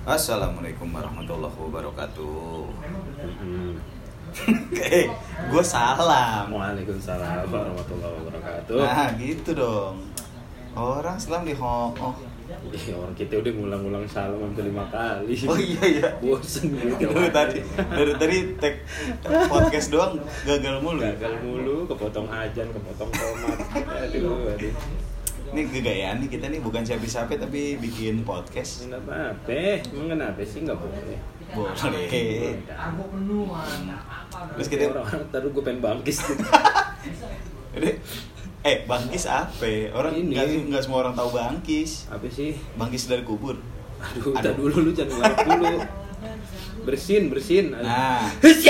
Assalamualaikum warahmatullahi wabarakatuh. Gue salam. Waalaikumsalam warahmatullahi wabarakatuh. Nah gitu dong. Orang Islam di Hong Kong. Orang kita udah ngulang-ngulang salam hampir 5 kali. Oh iya. Bosen gitu. Dari tadi tag podcast doang gagal mulu. Kepotong ajan, kepotong tomat. Aduh. Ini kegayaan nih kita nih, bukan siapa-siapa tapi bikin podcast. Enggak apa-apa. Emang kenapa sih enggak boleh? Boleh. Terus kita orang taruh gue pengen bangkis gitu. Bangkis apa? Orang nggak semua orang tahu bangkis. Apa sih? Bangkis dari kubur. Aduh. Dulu lu jangan ngarep dulu. Bersin. Nah.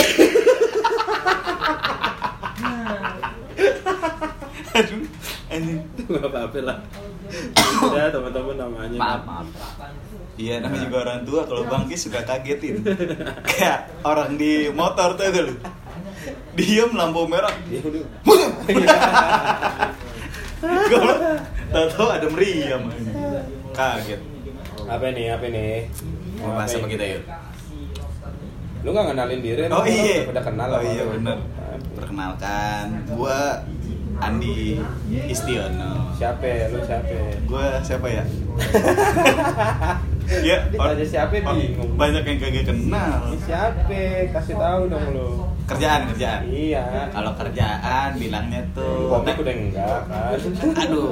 Aduh, anjing. Enggak apa-apa lah. Ya, teman-teman namanya. Maaf. Iya, namanya juga orang tua kalau bangkis suka kagetin. Kayak orang di motor tuh lu. Diem lampu merah. Kalau tahu ada meriam. Kaget. Apa nih? Mau bahas apa kita yuk? Lu nggak ngenalin diri? Oh iya. Udah kenal. Oh iya benar. Perkenalkan, gua Andi Istiono. Lu siapa? Gua siapa ya? Ya, aja siapa bingung. Banyak yang kagak kenal. Siapa? Kasih tahu dong lu. Kerjaan. Iya. Kalau kerjaan bilangnya tuh komik udah enggak kan? Aduh.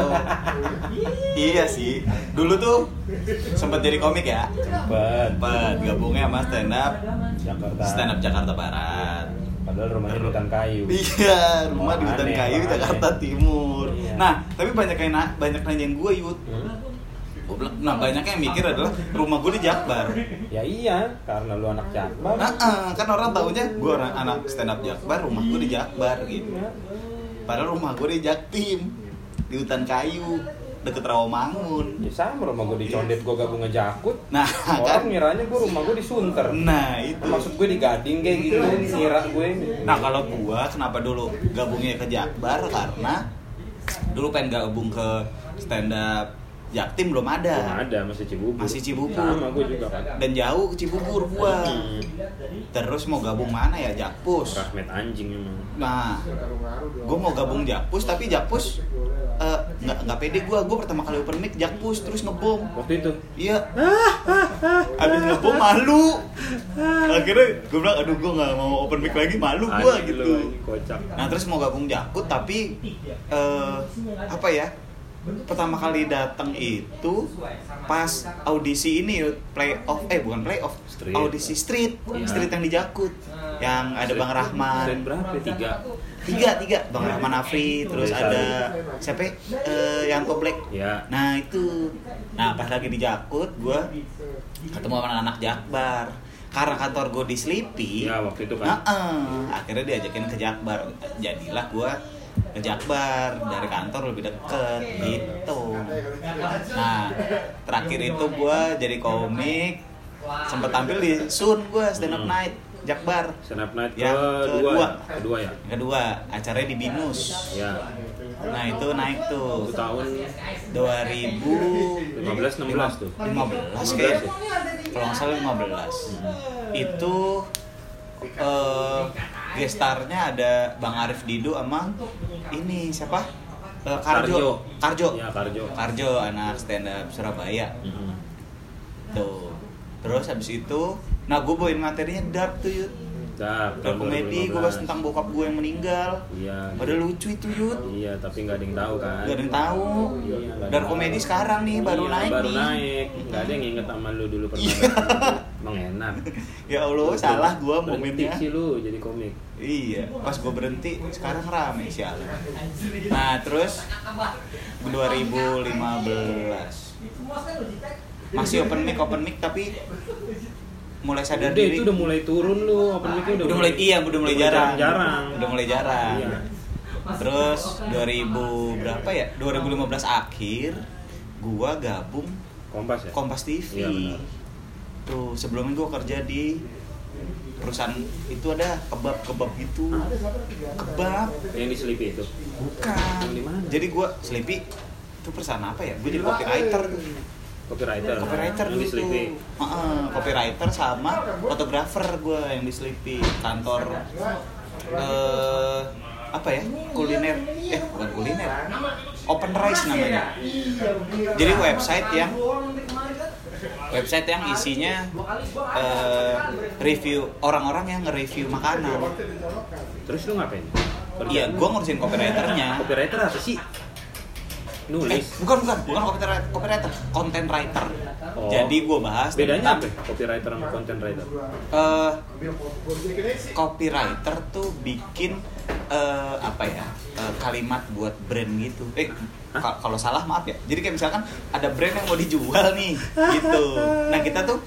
Iya sih. Dulu tuh sempat jadi komik ya. Sempat gabungnya sama stand up Jakarta Barat. Padahal rumahnya di Hutan Kayu. Iya, rumah di Hutan Kayu, Jakarta Timur. Iya. Nah, tapi banyak nanyain gue, Yud. Gue bilang, banyak yang mikir adalah rumah gue di Jakbar. Ya iya, karena lu anak Jakbar. Kan orang taunya gue anak stand up Jakbar, rumah gue di Jakbar gitu. Padahal rumah gue di Jaktim, di Hutan Kayu, deket Rawamangun. Ya sama, rumah gue di Condet, gue gabung ngejakut. Nah, orang ngiranya gue rumah gue di Sunter. Nah, itu maksud gue di Gading kayak gitu, ngira gue. Nah, kalau gue kenapa dulu gabungnya ke Jakbar, karena dulu pengen gabung ke stand up Jaktim belum ada, masih Cibubur. Sama gue juga kan. Dan jauh ke Cibubur gua. Terus mau gabung mana ya? Jakpus. Rahmat anjing emang. Nah, gua mau gabung Jakpus, tapi Jakpus nggak pede gua pertama kali open mic Jakpus terus ngebom. Waktu itu? Iya. Abis ngebom malu. Akhirnya gua bilang, aduh gua nggak mau open mic lagi, malu gua gitu. Kocak. Nah terus mau gabung Jakut, tapi apa ya? Pertama kali datang itu pas audisi ini bukan playoff, audisi street yang di Jakut, yang ada Bang Rahman. Street berapa? Tiga, Bang Rahman Afri, terus ada siapa? Yanto Black. Ya. Nah itu, pas lagi di Jakut, gue ketemu sama anak Jakbar. Karena kantor gue di Sleepy. Ya waktu itu kan. Akhirnya diajakin ke Jakbar, jadilah gue ke Jakbar, dari kantor lebih deket gitu. Nah terakhir itu gue jadi komik, sempet tampil di Sun gue stand up night Jakbar. Stand up night yang kedua acaranya di Binus ya. Nah itu naik tuh itu tahun 2015-16 tuh 15 kayak kalau nggak salah 15. Itu gestarnya ada Bang Arif Dido sama ini siapa? Karjo. Ya, Karjo anak stand up Surabaya. Tuh. Terus habis itu, gue bawain materinya dark tuh, Yud. Dark komedi, gue bahas tentang bokap gue yang meninggal. Iya. Padahal lucu itu, Yud. Iya, tapi nggak ada yang tahu kan. Nggak ada yang tahu. Iya, dark komedi sekarang nih baru naik. Nggak ada yang inget sama lu dulu pernah. Emang enak. Ya Allah, salah gue momennya. Berhenti sih lu jadi komik. Iya, pas gue berhenti sekarang rame sih Allah. Nah terus 2015 masih open mic tapi mulai sadar diri. Itu udah mulai turun lu, open mic udah mulai jarang. Udah mulai jarang. Iya. Terus 2015 akhir gua gabung Kompas TV. Iya, tuh sebelumnya gue kerja di perusahaan itu ada kebab gitu. Kebab yang di Sleepy itu? Bukan. Yang di mana? Jadi gue Sleepy itu perusahaan apa ya? Gue jadi copywriter tuh. Copywriter gitu. di Sleepy. Copywriter sama fotografer gue yang di Sleepy. Kantor apa ya? Kuliner. Bukan kuliner. Open Rice namanya. Jadi website yang isinya review orang-orang yang nge-review makanan. Terus lu ngapain? Iya, gue ngurusin copywriternya. Copywriter apa sih? Nulis. Bukan copywriter, content writer. Oh. Jadi gue bahas bedanya apa? Copywriter sama content writer? Copywriter tuh bikin kalimat buat brand gitu. Kalau salah maaf ya. Jadi kayak misalkan ada brand yang mau dijual nih, gitu. Nah kita tuh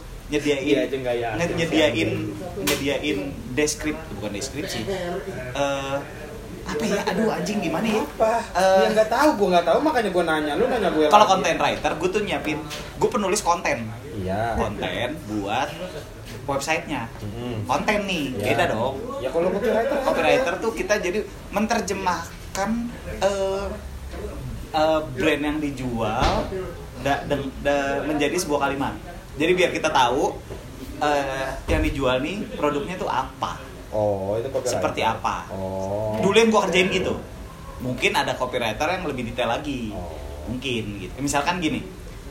nyediain deskripsi. Apa ya? Aduh anjing gimana ya? Ya nggak tahu, gue nggak tahu makanya gue nanya. Lu nanya gue. Kalau content writer, gue tuh gue penulis konten. Iya. Konten buat websitenya. Konten nih, beda dong. Ya kalau copywriter tuh kita jadi menerjemahkan brand yang dijual menjadi sebuah kalimat. Jadi biar kita tahu yang dijual nih produknya tuh apa. Oh, itu copywriter. Seperti apa. Oh. Dulu yang gua kerjain gitu. Mungkin ada copywriter yang lebih detail lagi. Mungkin gitu. Misalkan gini.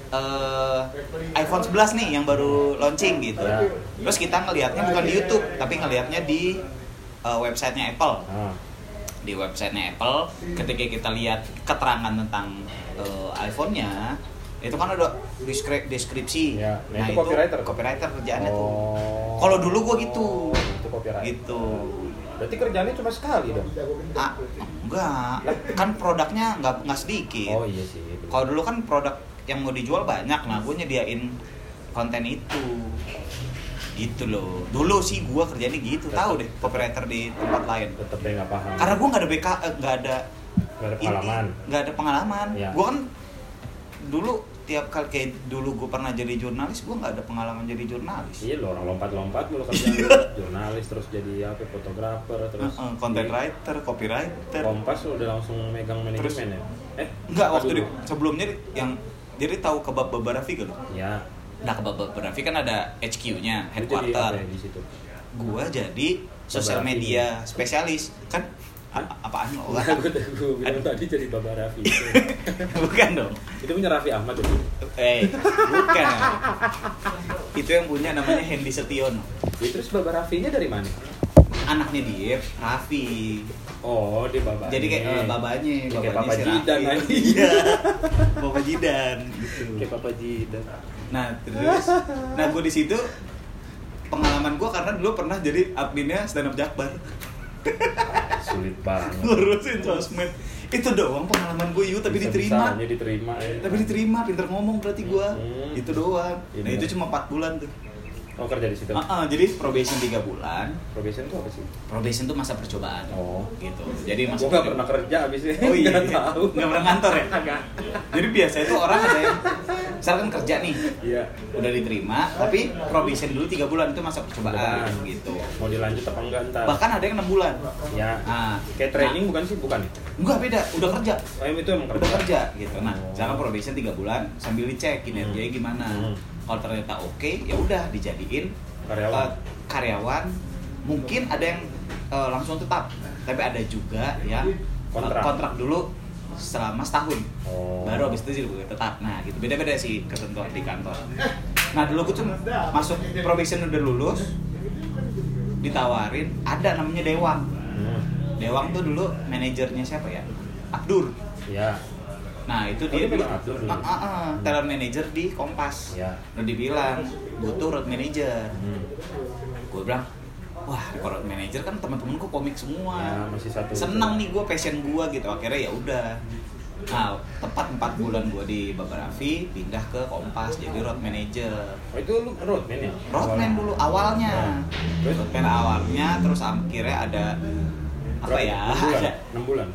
iPhone 11 nih yang baru launching gitu. Ya. Terus kita ngelihatnya bukan di YouTube, tapi ngelihatnya di websitenya Apple. Di websitenya Apple, ketika kita lihat keterangan tentang iPhone-nya, itu kan ada deskripsi. Ya. Nah itu copywriter kerjaannya tuh. Kalau dulu gua gitu. Itu copywriter. Gitu. Berarti kerjaannya cuma sekali dong? Enggak. Kan produknya nggak sedikit. Oh iya sih. Kalau dulu kan produk yang mau dijual banyak, nah gue nyediain konten itu. Gitu loh. Dulu sih gue kerjanya gitu. Tahu deh copywriter di tempat lain. Tetep deh nggak paham. Karena gue nggak ada pengalaman. Nggak ada pengalaman. Ya. Gue kan dulu tiap kali kayak dulu gue pernah jadi jurnalis, gue nggak ada pengalaman jadi jurnalis. Iya lo orang lompat-lompat mulu kerjaan jurnalis terus jadi apa fotografer terus content writer, copywriter. Kompas udah langsung megang manajemen ya? Enggak, waktu sebelumnya yang jadi tahu Kebab Baba Raffi kan? Ya. Nah, Kebab Baba Raffi kan ada HQ-nya, headquarter. Di situ. Gua jadi sosial media spesialis kan. Apaan lo? Gue bilang tadi jadi Baba Raffi. Bukan dong. Itu punya Raffi Ahmad itu. Bukan. Itu yang punya namanya Hendy Setiono. Ya, terus Baba Raffi-nya dari mana? Anaknya dia, Raffi. Oh, dia babanya. Jadi kayak babanya kayak Papa si Jidan Raffi. aja. Iya. Papa Jidan gitu. Kayak Papa Jidan. Nah, terus gue di situ pengalaman gue karena dulu pernah jadi adminnya Stand Up Jakbar. Sulit banget. Ngurusin sosmed. Itu doang pengalaman gue tapi diterima. Tapi diterima, pinter ngomong berarti gue. Itu doang. Nah, itu cuma 4 bulan tuh. Oh, kerja di situ. Jadi probation 3 bulan. Probation itu apa sih? Probation itu masa percobaan. Oh, gitu. Jadi gue nggak pernah kerja abisnya. Oh iya. Nggak tahu. Nggak pernah ngantor ya? Agak. Jadi biasa itu orang ada yang misalkan kerja nih. Iya. Udah diterima, tapi probation dulu 3 bulan itu masa percobaan gitu. Mau dilanjut apa enggak ntar? Bahkan ada yang 6 bulan. Ya. Nah, kayak training bukan sih? Bukan. Enggak, beda. Udah kerja. Itu emang udah kerja gitu. Nah, misalkan probation 3 bulan sambil dicek kinerjanya gimana. Kalau ternyata oke, ya udah dijadiin karyawan. Mungkin ada yang langsung tetap, tapi ada juga yang kontrak dulu selama setahun. Baru habis itu jadi tetap. Nah, gitu. Beda-beda sih ketentuan di kantor. Nah, dulu gue tuh masuk probation udah lulus, ditawarin ada namanya Dewang. Dewang tuh dulu manajernya siapa ya? Abdur. Iya. Nah, itu dia dulu talent manager di Kompas. Ya. Udah dibilang butuh road manager. Gue bilang, wah, road manager kan teman-temanku komik semua. Ya, masih satu. Senang nih gue, passion gue gitu. Akhirnya ya udah. Nah, tepat 4 bulan gue di Baba Raffi, pindah ke Kompas jadi road manager. Oh, itu lu roadman ya? Roadman dulu awalnya. Roadman awalnya, terus akhirnya ada apa ya? 6 bulan.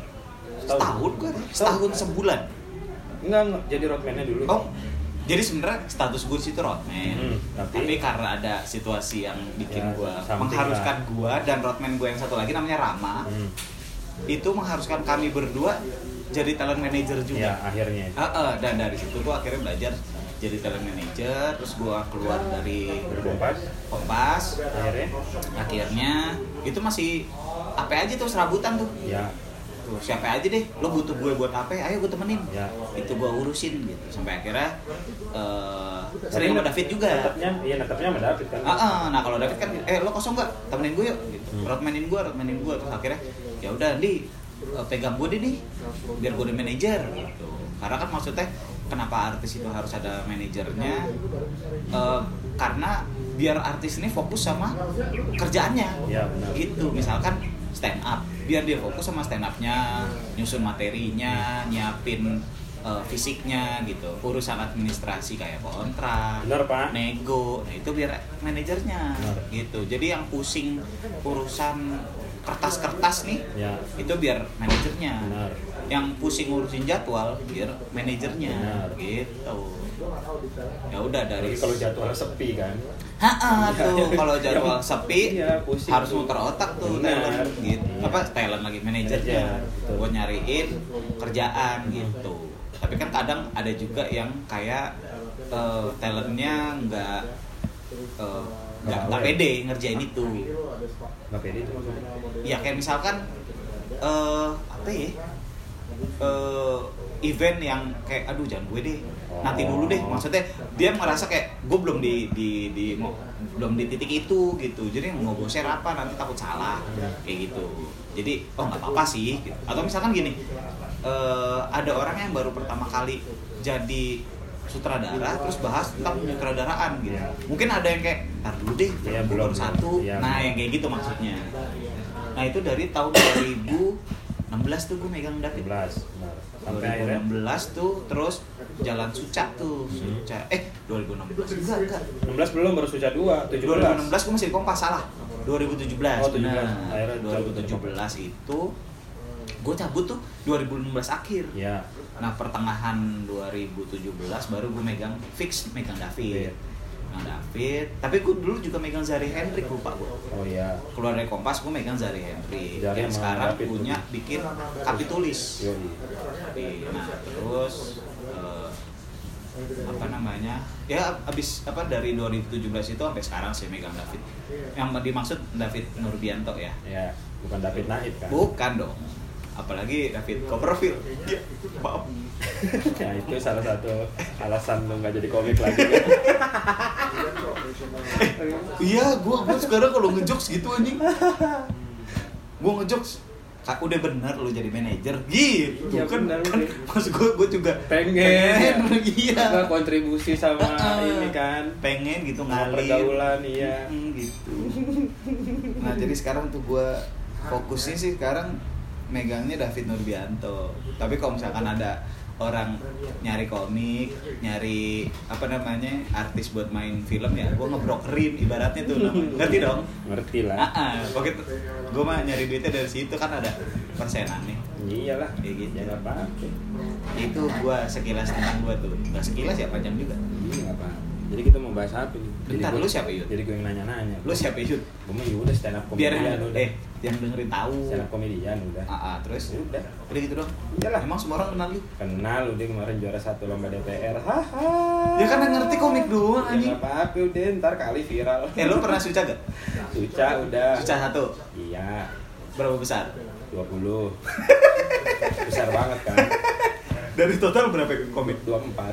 Setahun sebulan. Enggak, jadi roadman-nya dulu. Oh, jadi sebenarnya status gue situ roadman, tapi karena ada situasi yang bikin gue mengharuskan gue dan roadman gue yang satu lagi namanya Rama, itu mengharuskan kami berdua jadi talent manager juga. Ya, akhirnya. Dan dari situ gue akhirnya belajar jadi talent manager, terus gue keluar dari Kompas. Akhirnya itu masih apa aja tuh serabutan tuh. Ya. Tuh, siapa aja deh, lo butuh gue buat apa? Ayo gue temenin. Ya. Itu gue urusin gitu. Sampai akhirnya sering sama David juga. Netapnya sama David kan. Nah kalau David kan, lo kosong nggak? Temenin gue yuk. Gitu. Roadmanin gue. Terus akhirnya ya udah pegang gue deh nih, biar gue di manajer gitu. Karena kan maksudnya kenapa artis itu harus ada manajernya? Karena biar artis ini fokus sama kerjaannya. Ya, benar. Gitu. Misalkan stand up, biar dia fokus sama stand up-nya, nyusun materinya, nyiapin fisiknya gitu. Urusan administrasi kayak kontrak, Benar, Pak. nego, nah itu biar manajernya. Benar. Gitu. Jadi yang pusing urusan kertas-kertas nih, Ya. itu biar manajernya. Benar. Yang pusing ngurusin jadwal biar manajernya. Benar. Gitu. Ya udah dari Jadi kalau jadwal sepi kan. tuh kalau jadwal sepi Iya, pusing harus tuh. muter otak tuh Benar. talent gitu. Iya. Talent lagi manajernya Betul. buat nyariin kerjaan gitu. Tapi kan kadang ada juga yang kayak talentnya nggak pede ngerjain itu. Nggak pede itu maksudnya. Ya kayak misalkan apa ya? Event yang kayak aduh jangan gue deh, nanti dulu deh. Maksudnya dia merasa kayak gue belum belum di titik itu gitu, jadi mau gue share apa nanti takut salah kayak gitu. Jadi nggak apa-apa sih gitu. Atau misalkan gini, ada orang yang baru pertama kali jadi sutradara terus bahas tentang penyutradaraan gitu. Mungkin ada yang kayak tar dulu deh, Ya, gue belum. baru satu. Ya, Nah belum. yang kayak gitu maksudnya. Nah itu dari tahun 2016 tuh gue megang David. 16. Benar. Sampai akhirnya 2016 tuh terus Jalan Suca tuh. 2016 enggak. 16 belum, baru Suca 2, 17. 2016 gue masih di Kompas, salah. 2017. Oh, 17. Nah, Akhirnya 2017 itu gue cabut tuh 2016 akhir. Ya. Nah, pertengahan 2017 baru gue megang David. Tapi gue dulu juga megang Zari Hendrik, lupa gue. Oh iya. Keluar dari Kompas gue megang Zari Hendrik. Zari Dan sama sekarang David punya tuh. bikin Kapitulis. Yoi. Nah, terus ya abis dari 2017 itu sampai sekarang sih megang David. Yang dimaksud David Nurbianto ya? Ya, bukan David Naib kan? Bukan dong, apalagi David Copperfield. Ya, maaf. Ya itu salah satu alasan lo nggak jadi komik lagi kan? Iya, gua sekarang kalau ngejokes gitu anjing, gua ngejokes udah bener lu jadi manajer gitu. Ya, kan bener, kan udah. maksud gua juga pengen iya, apa, kontribusi sama ini kan, pengen gitu sama ngalir pergaulan. Iya. gitu. Nah jadi sekarang tuh gue fokusnya sih sekarang megangnya David Nurbianto. Tapi kalau misalkan ada orang nyari komik, nyari artis buat main film ya gue ngebrokerin ibaratnya tuh namanya. Ngerti dong? Ngerti lah. Pokoknya gue mah nyari duitnya dari situ kan ada persenan nih. Iyalah. Kayak gitu. Ya nggak apa-apa. Itu gue sekilas tentang gue tuh. Nggak sekilas ya, panjang juga. Iya nggak apa. Jadi kita mau bahas apa nih? Bentar, lu siapa Yud? Jadi gue yang nanya-nanya. Lu siapa Yud? Gue mah udah stand up Biar komedian udah. yang dengerin tahu. Stand up komedian udah. Terus? Udah. Udah gitu dong. Iyalah. Emang semua orang kenal lu? Kenal udah, kemarin juara 1 lomba DPR. Haha. Ya kan yang ngerti komik doang Ya anjing. nggak apa-apa udah, ntar kali viral. Lu pernah Suca gak? Suca udah. Suca 1. Iya. Berapa besar? 20. Besar banget kan. Dari total berapa komik? 24.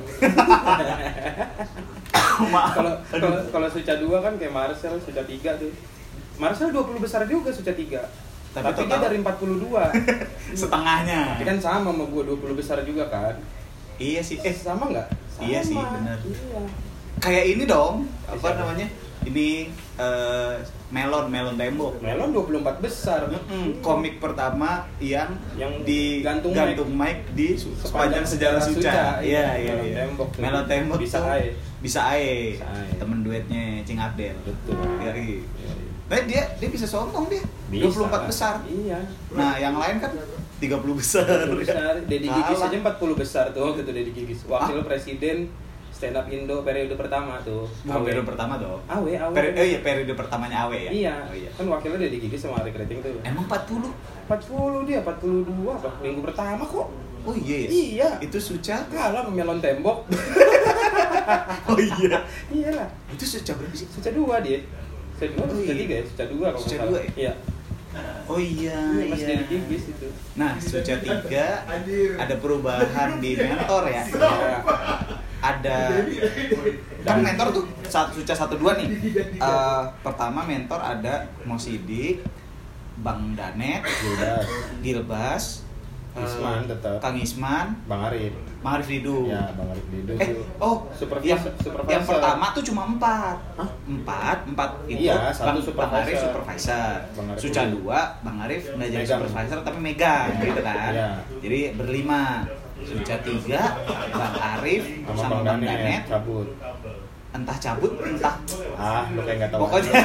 Maaf. Kalau Suca 2 kan kayak Marcel, Suca 3 tuh. Marcel 20 besar juga Suca 3. Tapi dia total dari 42. setengahnya. Tapi kan sama gua 20 besar juga kan. Iya sih. Sama nggak? Iya sih, Sama. benar. Iya. Kayak ini dong. Apa Siapa? namanya? Ini melon tembok. Melon 24 besar. Komik pertama yang di gantung mic di sepanjang sejarah Suca. Iya. Tembok tuh. Melon tembok Bisa tuh ae. Bisa ae. Bisa ae. Temen duetnya Cing Abdel. Betul. Iya. Nah, dia bisa sombong dia. Bisa. 24 besar. Iya. Nah, yang lain kan 30 besar. 30 besar. Dedi Gigis Kalah. aja 40 besar tuh gitu, Dedi Gigis. Wakil Presiden stand up Indo periode pertama tuh. Bukan periode pertama dong. Awe. Periode pertamanya Awe ya. Iya. Oh, iya. Kan wakilnya Dedi Gigis sama Ari Kriting tuh. Emang 40? 40 dia, 42 apa? Minggu pertama kok. Oh iya ya. Iya. Itu Suca Kalah sama Melon Tembok. Oh iya. Iyalah. Itu Suca berapa sih? Suca 2 dia. Suca 2 atau Suca 3 ya? Suca 2 kalau Suca nggak salah. 2 ya? Iya. Oh iya. Pas Iya. jadi kibis itu. Nah, Suca 3 ada perubahan di mentor ya. Iya. Ada kan mentor tuh Suca 1 2 nih. Pertama mentor ada Mo Sidik, Bang Danet, Gilbas, Isman tetap. Kang Isman, Bang Arif. Bang Arif Ridu. Ya, Bang Arif Dido tuh. Yang pertama tuh cuma 4. Hah? 4 itu Iya, satu Bang Arif supervisor. supervisor. Bang Arif Suca dulu. 2, Bang Arif nggak jadi Megang. supervisor tapi megang gitu kan. Iya. Jadi berlima. Suca 3, Bang Arif sama Bang Danet. cabut. Entah cabut, entah Lu kayak nggak tahu. pokoknya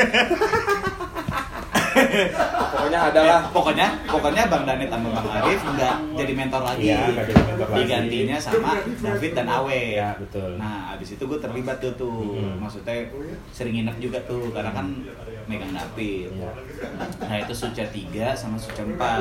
Pokoknya adalah. pokoknya Bang Danet sama Bang Arif nggak jadi mentor lagi. Iya, nggak jadi mentor lagi. Digantinya sama David dan Awe. Ya, betul. Nah, abis itu gue terlibat tuh. Maksudnya sering nginep juga tuh karena kan megang David. Iya. Nah, itu Suca 3 sama Suca 4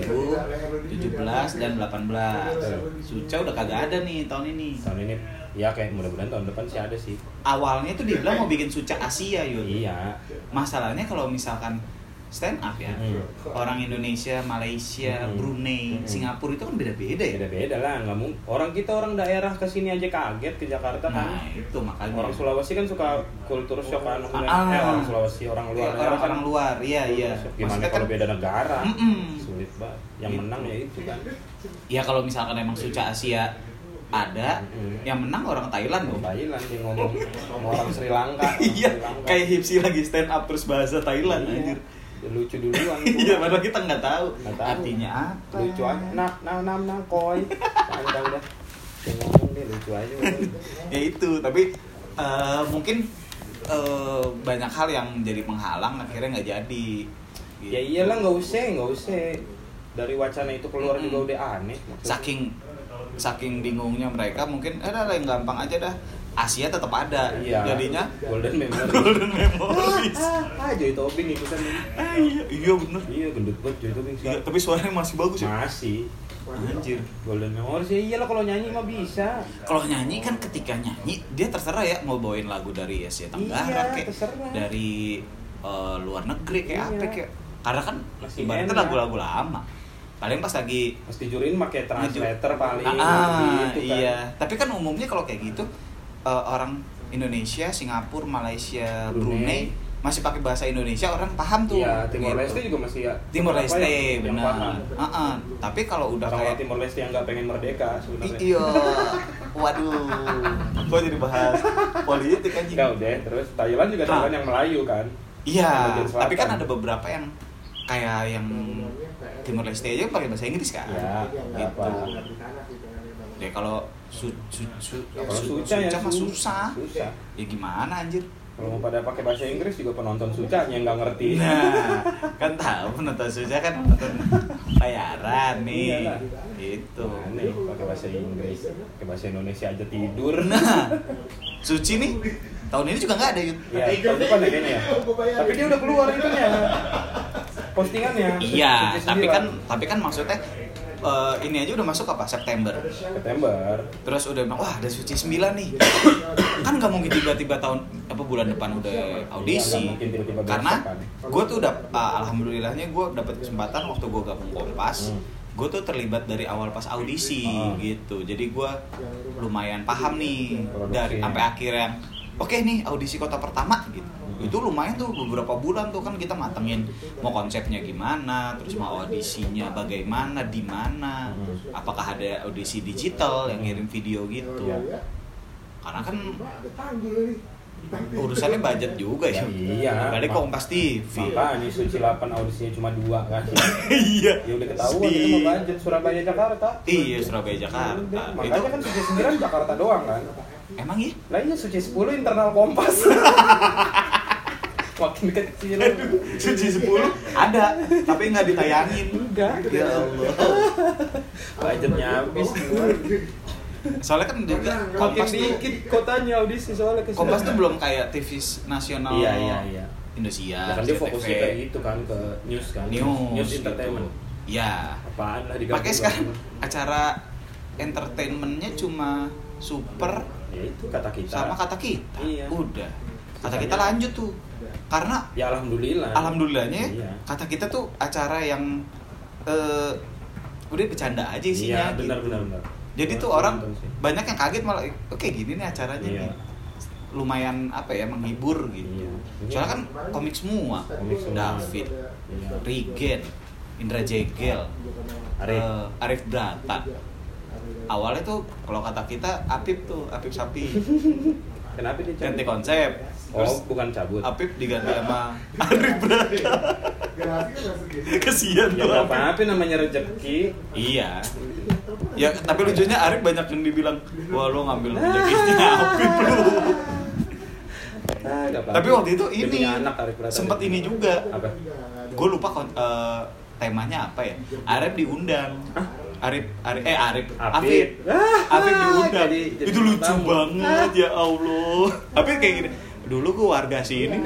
2017 dan 18. Suca udah kagak ada nih tahun ini. Tahun ini ya kayak mudah-mudahan tahun depan sih ada sih. Awalnya tuh dia bilang mau bikin Suca Asia, Yud. Iya. Masalahnya kalau misalkan stand up ya, orang Indonesia, Malaysia, Brunei, Singapura itu kan beda-beda ya. Beda-beda lah, nggak mungkin. Orang kita orang daerah kesini aja kaget ke Jakarta kan. Nah, itu makanya. Orang Sulawesi kan suka kultur shock kan. Orang Sulawesi, orang luar. Orang luar, iya. Gimana Maksudnya kalau kan, beda negara? Mm-mm. Sulit banget. Yang menang ya itu kan. ya kalau misalkan emang Suca Asia ada, yang menang orang Thailand dong. Thailand dia ngomong sama orang Sri Lanka. Iya, kayak Hipsi lagi stand up terus bahasa Thailand anjir. Dia lucu duluan. Iya, padahal kita nggak tahu Nggak tahu. artinya apa. Lucu aja. Nah, koi. Udah. Dia ngomong dia lucu aja. Ya itu, tapi mungkin banyak hal yang jadi penghalang akhirnya nggak jadi. Gitu. Ya iyalah nggak usah. Dari wacana itu keluar juga udah aneh. Saking bingungnya mereka mungkin ada yang gampang aja dah. Asia tetap ada. Iya. Jadinya Golden Memories. Joy Tobing ikutan. Iya bener. Iya gendut banget Joy Tobing. Iya, tapi suaranya masih bagus ya. Masih. Anjir. Golden Memories ya iyalah kalau nyanyi mah bisa. Kalau nyanyi kan ketika nyanyi dia terserah ya mau bawain lagu dari Asia Tenggara Iya, kayak terserah. dari luar negeri kayak Iya. apa kayak. Karena kan Masih ibaratnya enak. lagu-lagu lama. Paling pas lagi Pasti juriin pakai translator paling gitu kan. iya. Tapi kan umumnya kalau kayak gitu orang Indonesia, Singapura, Malaysia, Brunei masih pakai bahasa Indonesia orang paham tuh. Iya, Timor gitu. Leste juga masih ya. Timor beberapa Leste yang benar. paham. Tapi kalau udah Orang kayak Timor Leste yang nggak pengen merdeka sebenarnya. iya. Waduh. Kok jadi bahas politik anjing. Enggak udah, terus Thailand juga Thailand yang Melayu kan. Iya, Bagian selatan. tapi kan ada beberapa yang kayak yang Timor Leste aja pakai bahasa Inggris kan. Ya, Gitu. apa. Ya kalau Kalau Suca ya mah susah. Susah. Ya gimana anjir? Kalau mau pada pakai bahasa Inggris juga penonton Suca yang nggak ngerti. Nah, kan tahu penonton Suca kan nonton bayaran nih. Iyalah. Gitu. Aneh pakai bahasa Inggris, pakai bahasa Indonesia aja tidur. Nah, Suci nih tahun ini juga nggak ada Yud. Iya, tahun depan ya kayaknya ya. Tapi dia udah keluar itunya. Postingannya. Iya, Suci tapi kan maksudnya ini aja udah masuk apa September. September. Terus udah bilang, wah ada Suci 9 nih. Kan nggak mungkin tiba-tiba bulan depan udah audisi. Iya, nggak mungkin tiba-tiba Karena besok kan. gue tuh udah alhamdulillahnya gue dapet kesempatan waktu gue gabung Kompas. Gue tuh terlibat dari awal pas audisi gitu. Jadi gue lumayan paham nih dari sampai akhir yang oke nih audisi kota pertama gitu. Itu lumayan tuh beberapa bulan tuh kan kita matengin mau konsepnya gimana, terus mau audisinya bagaimana, di mana, apakah ada audisi digital yang ngirim video gitu. Karena kan urusannya budget juga ya. Iya. Balik Kompas TV. Makanya Suci 8 audisinya cuma 2 kan. Iya. Ya udah ketahuan itu mah budget Surabaya Jakarta. Iya, Surabaya Jakarta. Makanya kan Suci 9 Jakarta doang kan. Emang ya? Lah iya Suci 10 internal Kompas. Makin kecil. Suci 10 ada, tapi nggak ditayangin. Enggak. Ya Allah. Budgetnya habis semua. Soalnya kan juga Makin Kompas tuh, dikit kotanya audisi soalnya ke Kompas tuh belum kayak TV nasional Iya. Indonesia. Ya kan dia SCTV. fokusnya kayak gitu kan ke news kan. News entertainment. gitu. Iya. Apaan lah digabung. Makanya sekarang acara entertainmentnya cuma Super, Ya itu kata kita. Sama kata kita. Iya. Udah. Kata kita lanjut tuh. Karena ya alhamdulillahnya iya. Kata kita tuh acara yang udah bercanda aja isinya. Iya, benar. Jadi tuh orang banyak yang kaget malah oke gini nih acaranya iya. nih. Lumayan menghibur gitu. Iya. Soalnya kan komik semua. David, iya. Rigen, Indra Jegel, Arif Brata. Awalnya tuh kalau kata kita Apip Sapi. Kenapa dia Ganti konsep. Terus bukan cabut. Apip diganti sama Arif Brata. Kesian ya tuh. Ya apa namanya rezeki. Iya. Ya tapi lucunya Arif banyak yang dibilang, wah lo ngambil rezekinya Apip lu. Tapi waktu itu ini sempat ini juga. Apa? Gue lupa temanya apa ya. Arif diundang. Arif diundang. Itu lucu banget ya Allah. Arif kayak gini. Dulu gue warga sini.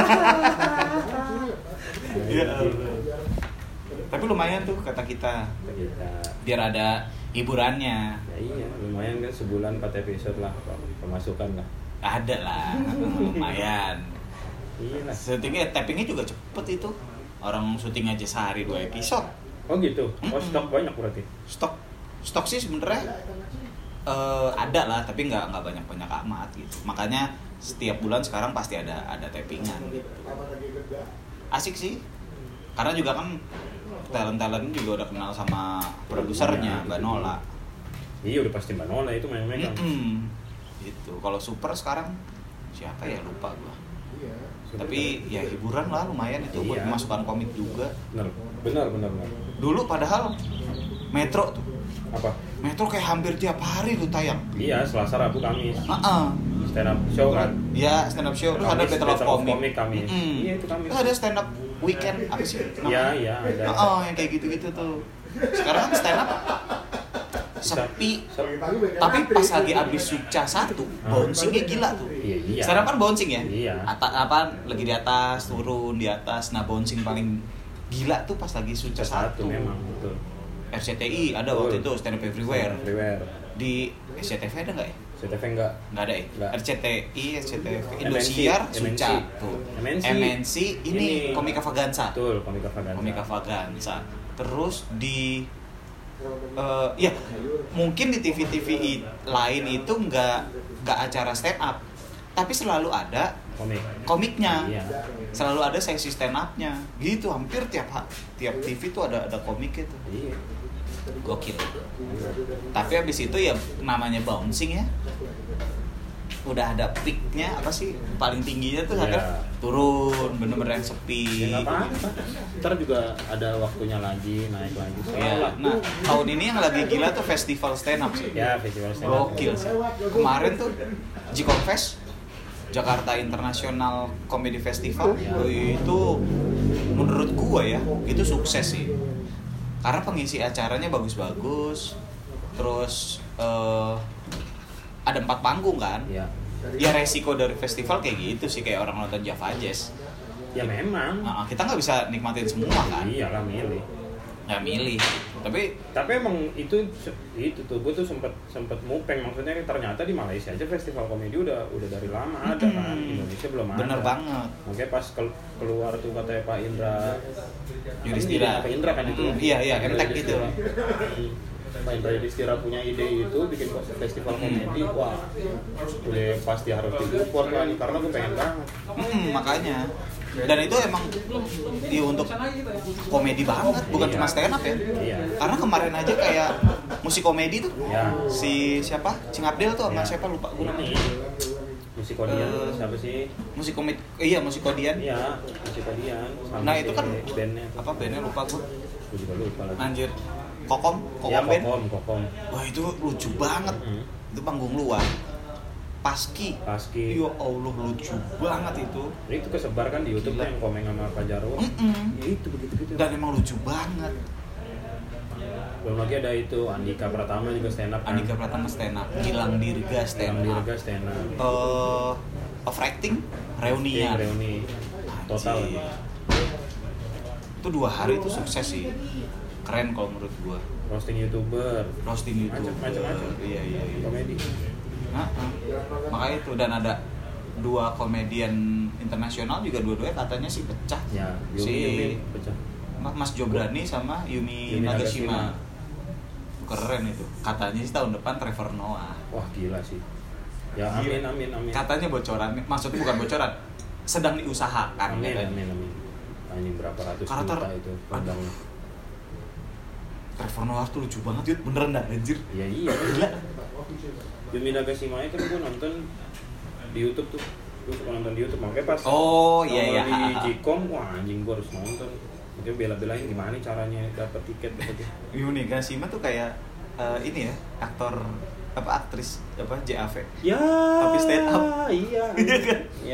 Ya Allah. Tapi lumayan tuh kata kita. Biar ada hiburannya. Ya iya, lumayan kan sebulan 4 episode lah pemasukan lah. Ada lah, lumayan. Iya lah. Tappingnya juga cepet itu. Orang syuting aja sehari 2 episode. Oh gitu. Oh stok banyak berarti. Stok sih sebenarnya ada lah, tapi nggak banyak amat gitu. Makanya setiap bulan sekarang pasti ada tappingan gitu. Asik sih. Karena juga kan talent juga udah kenal sama produsernya Mbak Nola. Iya udah pasti Mbak Nola itu megang. Gitu. Kalau Super sekarang siapa ya, lupa gua. Tapi ya hiburan lah, lumayan itu buat pemasukan komik juga. Benar. Dulu padahal Metro tuh. Apa? Metro kayak hampir tiap hari tuh tayang. Iya, Selasa, Rabu, Kamis. Stand up show kan? Iya, stand up show. Terus ada Battle of Comic. Kamis. Iya, itu Kamis. Terus ada stand up weekend apa sih? Iya, ada. Yang kayak gitu-gitu tuh. Sekarang kan stand up sepi. Tapi pas lagi abis Suca 1, bouncingnya gila tuh. Iya. Sekarang kan bouncing ya? Iya. Lagi di atas, turun di atas. Nah, bouncing paling gila tuh pas lagi Suca 1. Memang betul. RCTI ada waktu itu Stand Up Everywhere. Di SCTV ada nggak ya? SCTV enggak ada ya? Enggak. RCTI, Indosiar, Suca tuh. MNC ini Komika Vaganza. Betul, Komika Vaganza. Terus di mungkin di TV lain itu nggak acara stand up, tapi selalu ada komiknya. Iya. Selalu ada sesi stand up-nya. Gitu, hampir tiap TV tuh ada komiknya tuh. Iya. Gokil. Tapi abis itu ya namanya bouncing ya. Udah ada peak-nya apa sih? Paling tingginya tuh akhirnya turun, bener-bener yang sepi. Ya apa-apa. Ntar juga ada waktunya lagi, naik lagi. Ya, nah, tahun ini yang lagi gila tuh festival stand up sih. Ya, festival stand up. Gokil sih. Kemarin tuh G-Confest, Jakarta International Comedy Festival, itu menurut gua ya, itu sukses sih. Karena pengisi acaranya bagus-bagus. Terus ada 4 panggung kan? Iya. Ya resiko dari festival kayak gitu sih, kayak orang nonton Java Jazz. Ya memang. Nah, kita nggak bisa nikmatin semua kan? Iyalah milih. Ya milih. Tapi emang itu tuh gue tuh sempet mupeng, maksudnya ternyata di Malaysia aja festival komedi udah dari lama ada kan, Indonesia belum ada. Bener banget. Makanya pas keluar tuh katanya Pak Indra Yudhistira. Pak Indra kan itu. Iya, MTech itu. Pak Indra Yudhistira punya ide itu bikin festival komedi, wah udah pasti harus di-support kan, karena gue pengen banget. Makanya. Dan itu emang untuk komedi banget, bukan cuma stand up ya. Iya. Karena kemarin aja kayak musik komedi tuh. Ya. Si siapa? Cing Abdel tuh sama siapa lupa gue namanya. Musik Kodian siapa sih? Musik komedi. Iya, musik Kodian. Iya, musik Kodian. Nah, itu kan bandnya. Apa bandnya lupa gue. Gue juga lupa lagi. Anjir. Kokom ya, band. Kokom. Wah, itu lucu banget. Itu panggung luar. Paski. Ya Allah, lucu banget itu. Itu kesebar kan di YouTube yang komen sama Pak Jarwo. Ya itu begitu. Dan emang lucu banget. Belum lagi ada itu Andika Pratama juga stand up. Andika Pratama stand up. Gilang Dirga stand up. Overacting reunian. Reuni. Total. Itu 2 hari itu sukses sih. Keren kalau menurut gua. Roasting YouTuber. Macam-macam. Iya. Iya. Komedi. Makanya itu, dan ada 2 komedian internasional juga dua-duanya katanya sih pecah. Ya, si pecah. Mas Jobrani sama Yumi Nagashima. Keren itu. Katanya sih tahun depan Trevor Noah. Wah gila sih. Ya amin. Katanya bocoran, maksudnya bukan bocoran, sedang diusahakan. Amin. Ya kan? Amin. Ini berapa ratus Karakter, juta itu undangnya. Trevor Noah tuh lucu banget Yud, beneran dah anjir. Ya iya. Gila. Yumi Nagashima kan gue nonton di YouTube tuh. Gue suka nonton di YouTube, makanya pas Iya. di Gcom, wah anjing gue harus nonton. Mungkin bela-belain gimana caranya dapat tiket gitu. Yumi Nagashima tuh kayak ini ya, aktor aktris JAV. Ya. Tapi stand up. Iya. Iya kan? Iya.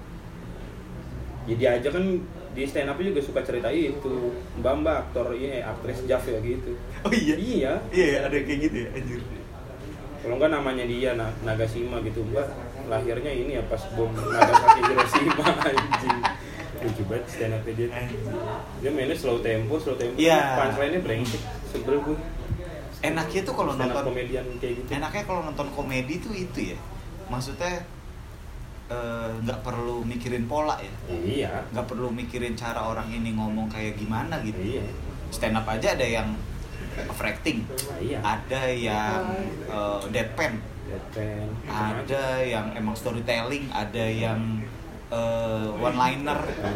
Jadi aja kan di stand up juga suka cerita itu. Mbak aktor aktris JAV ya gitu. Oh iya. Iya, ada kayak gitu ya anjir. Kalau enggak namanya dia Nagashima gitu, Mbak. Lahirnya ini ya pas bom Nagasaki Hiroshima anjing. Lucu banget stand up dia. Dia mainnya slow tempo. Iya. Punchline-nya brengsek. Sebel gue. Enaknya tuh kalau nonton komedian kayak gitu. Enaknya kalau nonton komedi tuh itu ya. Maksudnya nggak perlu mikirin pola ya. Iya. Nggak perlu mikirin cara orang ini ngomong kayak gimana gitu. Iya. Stand up aja ada yang overacting. Iya. Ada yang deadpan. Ada yang emang storytelling, ada yang one liner.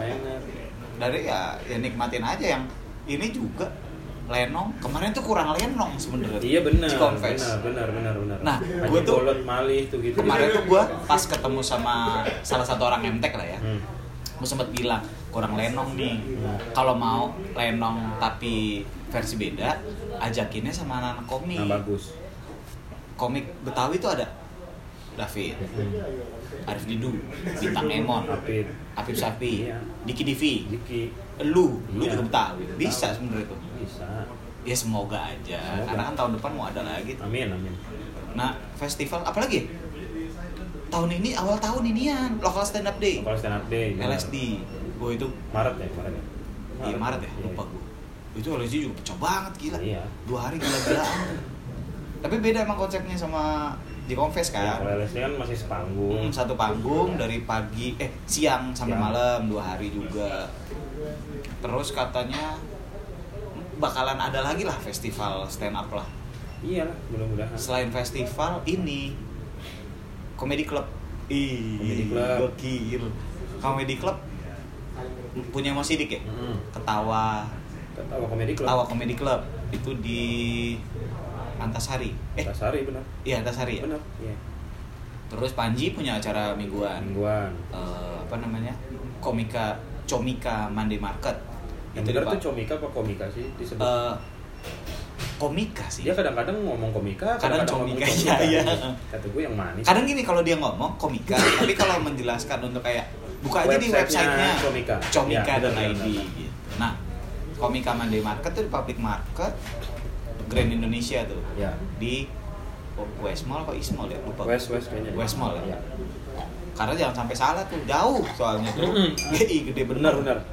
Dari ya nikmatin aja. Yang ini juga lenong. Kemarin tuh kurang lenong sebenarnya. Iya benar. Confess. Benar. Nah, gue tuh bolot malih tuh gitu. Kemarin tuh gue pas ketemu sama salah satu orang MTek lah ya. Gue sempet bilang kurang lenong nih. Kalau mau lenong tapi versi beda, ajakinnya sama anak-anak komik. Nah, bagus. Komik Betawi tuh ada David, Arif Didu, Bintang Emon, Apip Sapi, Iya. Diki Divi, lu Iya. juga Betawi, bisa sebenarnya tuh. Bisa. Ya semoga aja, karena kan tahun depan mau ada lagi. Amin. Nah, festival apalagi ya? Tahun ini awal tahun inian, Local Stand Up Day. Local Stand Up Day. LSD. Gue itu Maret ya. Iya Maret ya, lupa gue. Itu LSD juga pecah banget gila. Iya. 2 hari gila-gilaan. Tapi beda emang konsepnya sama J-Confess Ya, kan. kalau LSD kan masih sepanggung. Satu panggung dari siang sampai malam 2 hari juga. Terus katanya bakalan ada lagi lah festival stand up lah. Iya lah, mudah-mudahan. Selain festival ini Comedy Club. Comedy Club. Gokil. Comedy Club punya Mas Sidik ya? Ketawa Comedy Club itu di Antasari. Antasari benar. Iya Antasari ya. Benar. Iya. Terus Panji punya acara mingguan. Apa namanya? Comika Monday Market. Yang benar tuh Comika apa Komika sih disebut? Komika sih. Dia kadang-kadang ngomong Komika, kadang ngomong Comika. Comika. Iya. Kata gue yang manis. Kadang gini kalau dia ngomong Komika, tapi kalau menjelaskan untuk kayak buka aja di websitenya Comika.id gitu. Nah, Komika Monday Market tuh di Public Market Grand Indonesia tuh. Ya. Di West Mall apa East Mall ya? Lupa. West kayaknya. West Mall ya. Ya. Karena jangan sampai salah tuh, jauh soalnya tuh. GI gede bener.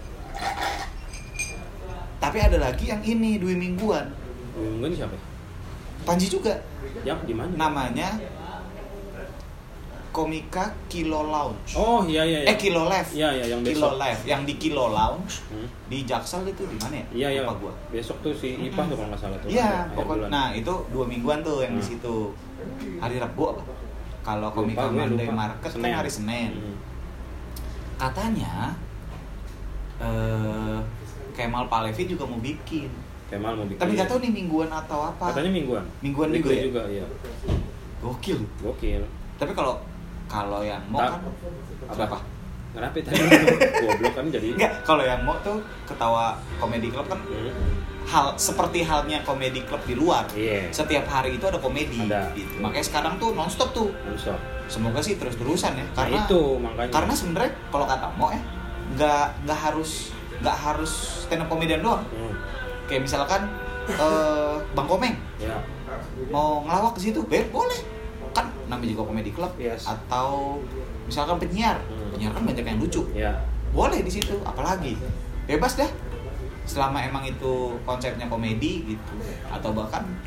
Tapi ada lagi yang ini 2 mingguan. Mingguan siapa? Panji juga. Yang di mana? Namanya Komika Kilo Lounge. Oh iya. Kilo Live. Iya, yang Kilo besok. Live, yang di Kilo Lounge di Jaksel itu di mana ya? Iya. Lupa gua. Besok tuh si Ipah tuh kalau nggak salah tuh. Iya, pokoknya. Nah, itu 2 mingguan tuh yang di situ. Hari Rabu apa? Kalau Komika Monday Market kan hari Senin. Katanya Kemal Palevi juga mau bikin. Tapi nggak tahu nih mingguan atau apa. Katanya mingguan. Mingguan juga ya? Juga, iya. Gokil. Tapi kalau yang mau kan apa? Kenapa tadi? Goblok kan jadi. Enggak, kalau yang mau tuh Ketawa Comedy Club kan seperti halnya Comedy Club di luar. Iya. Setiap hari itu ada komedi gitu. Makanya sekarang tuh nonstop tuh. Semoga sih terus-terusan ya. Karena itu makanya. Karena sebenarnya kalau kata Mo nggak harus stand up comedian doang. Kayak misalkan Bang Komeng. Ya. Mau ngelawak ke situ, boleh. Kan namanya juga Comedy Club. Yes. Atau misalkan penyiar kan banyak yang lucu. Ya. Boleh di situ, apalagi bebas dah. Selama emang itu konsepnya komedi gitu. Atau bahkan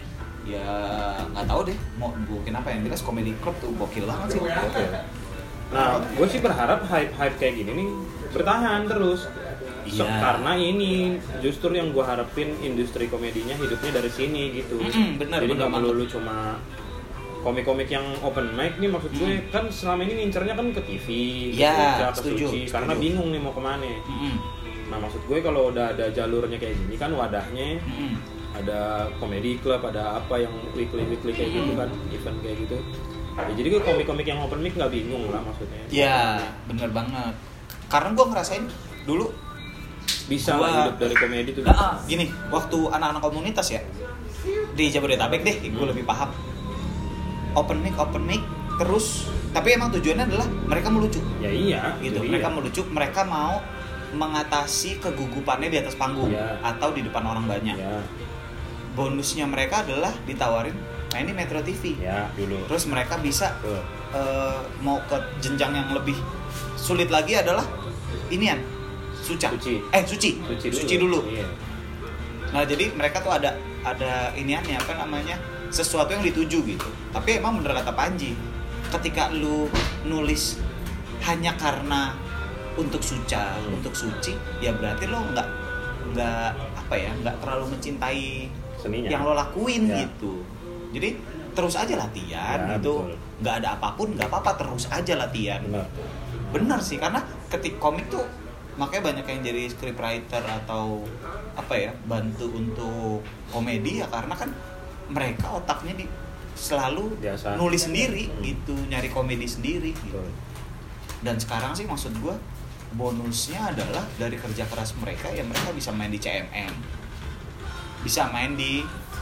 ya nggak tahu deh mau bikin apa, yang jelas Comedy Club tuh gokil banget sih. Oke. Nah, gue sih berharap hype kayak gini nih bertahan terus. Iya. Karena ini justru yang gue harapin industri komedinya hidupnya dari sini gitu. Bener, jadi bener nggak melulu cuma komik-komik yang open mic nih, maksud gue kan selama ini ngincernya kan ke TV, ke Ya, Jogja, ke setuju, Suci, karena setuju. bingung nih mau kemana. Nah, maksud gue kalau udah ada jalurnya kayak gini kan wadahnya, ada comedy club, ada apa yang weekly kayak gitu kan, event kayak gitu. Ya, jadi gue komik-komik yang open mic nggak bingung lah maksudnya. Ya, bener banget. Karena gue ngerasain dulu Bisa gua- lah hidup dari komedi tuh. gini, waktu anak-anak komunitas ya di Jabodetabek deh, gue lebih paham. Open mic, terus tapi emang tujuannya adalah mereka melucu. Ya iya, Gitu. itu Mereka iya. melucu, mereka mau mengatasi kegugupannya di atas panggung Iya. atau di depan orang banyak. Ya, Bonusnya mereka adalah ditawarin main di Metro TV. ya dulu. Terus mereka bisa Tuh. mau ke jenjang yang lebih sulit lagi adalah inian Suci. Suci dulu. Iya. Nah, jadi mereka tuh ada iniannya apa namanya? Sesuatu yang dituju gitu. Tapi emang bener kata Panji, ketika lu nulis hanya karena untuk untuk suci, ya berarti lo nggak apa ya, nggak terlalu mencintai Seninya. yang lo lakuin Ya. gitu. Jadi terus aja latihan Ya, gitu, betul. nggak ada apapun nggak apa-apa, terus aja latihan. Bener sih, karena ketik komik tuh makanya banyak yang jadi scriptwriter atau apa ya, bantu untuk komedi ya, karena kan mereka otaknya selalu Biasa. nulis sendiri gitu, nyari komedi sendiri gitu. Betul. Dan sekarang sih maksud gue bonusnya adalah dari kerja keras mereka ya, mereka bisa main di CMM, bisa main di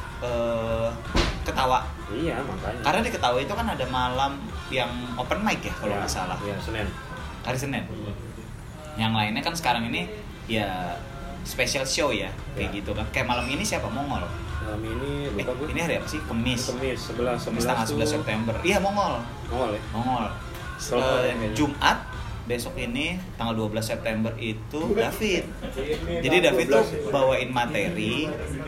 Ketawa. Iya, makanya. Karena di Ketawa itu kan ada malam yang open mic ya kalau nggak salah, Iya, Senin. hari Senin. Yang lainnya kan sekarang ini ya special show ya, kayak Ya. gitu kan. Kayak malam ini siapa? Mongol. Malam ini lupa gue. Ini hari apa sih? Kemis. Kemis 11 tanggal 11 September. Iya, Mongol. Mongol ya. Mongol. Selamat kayaknya. Jumat besok ini tanggal 12 September itu David. Jadi David tuh bawain materi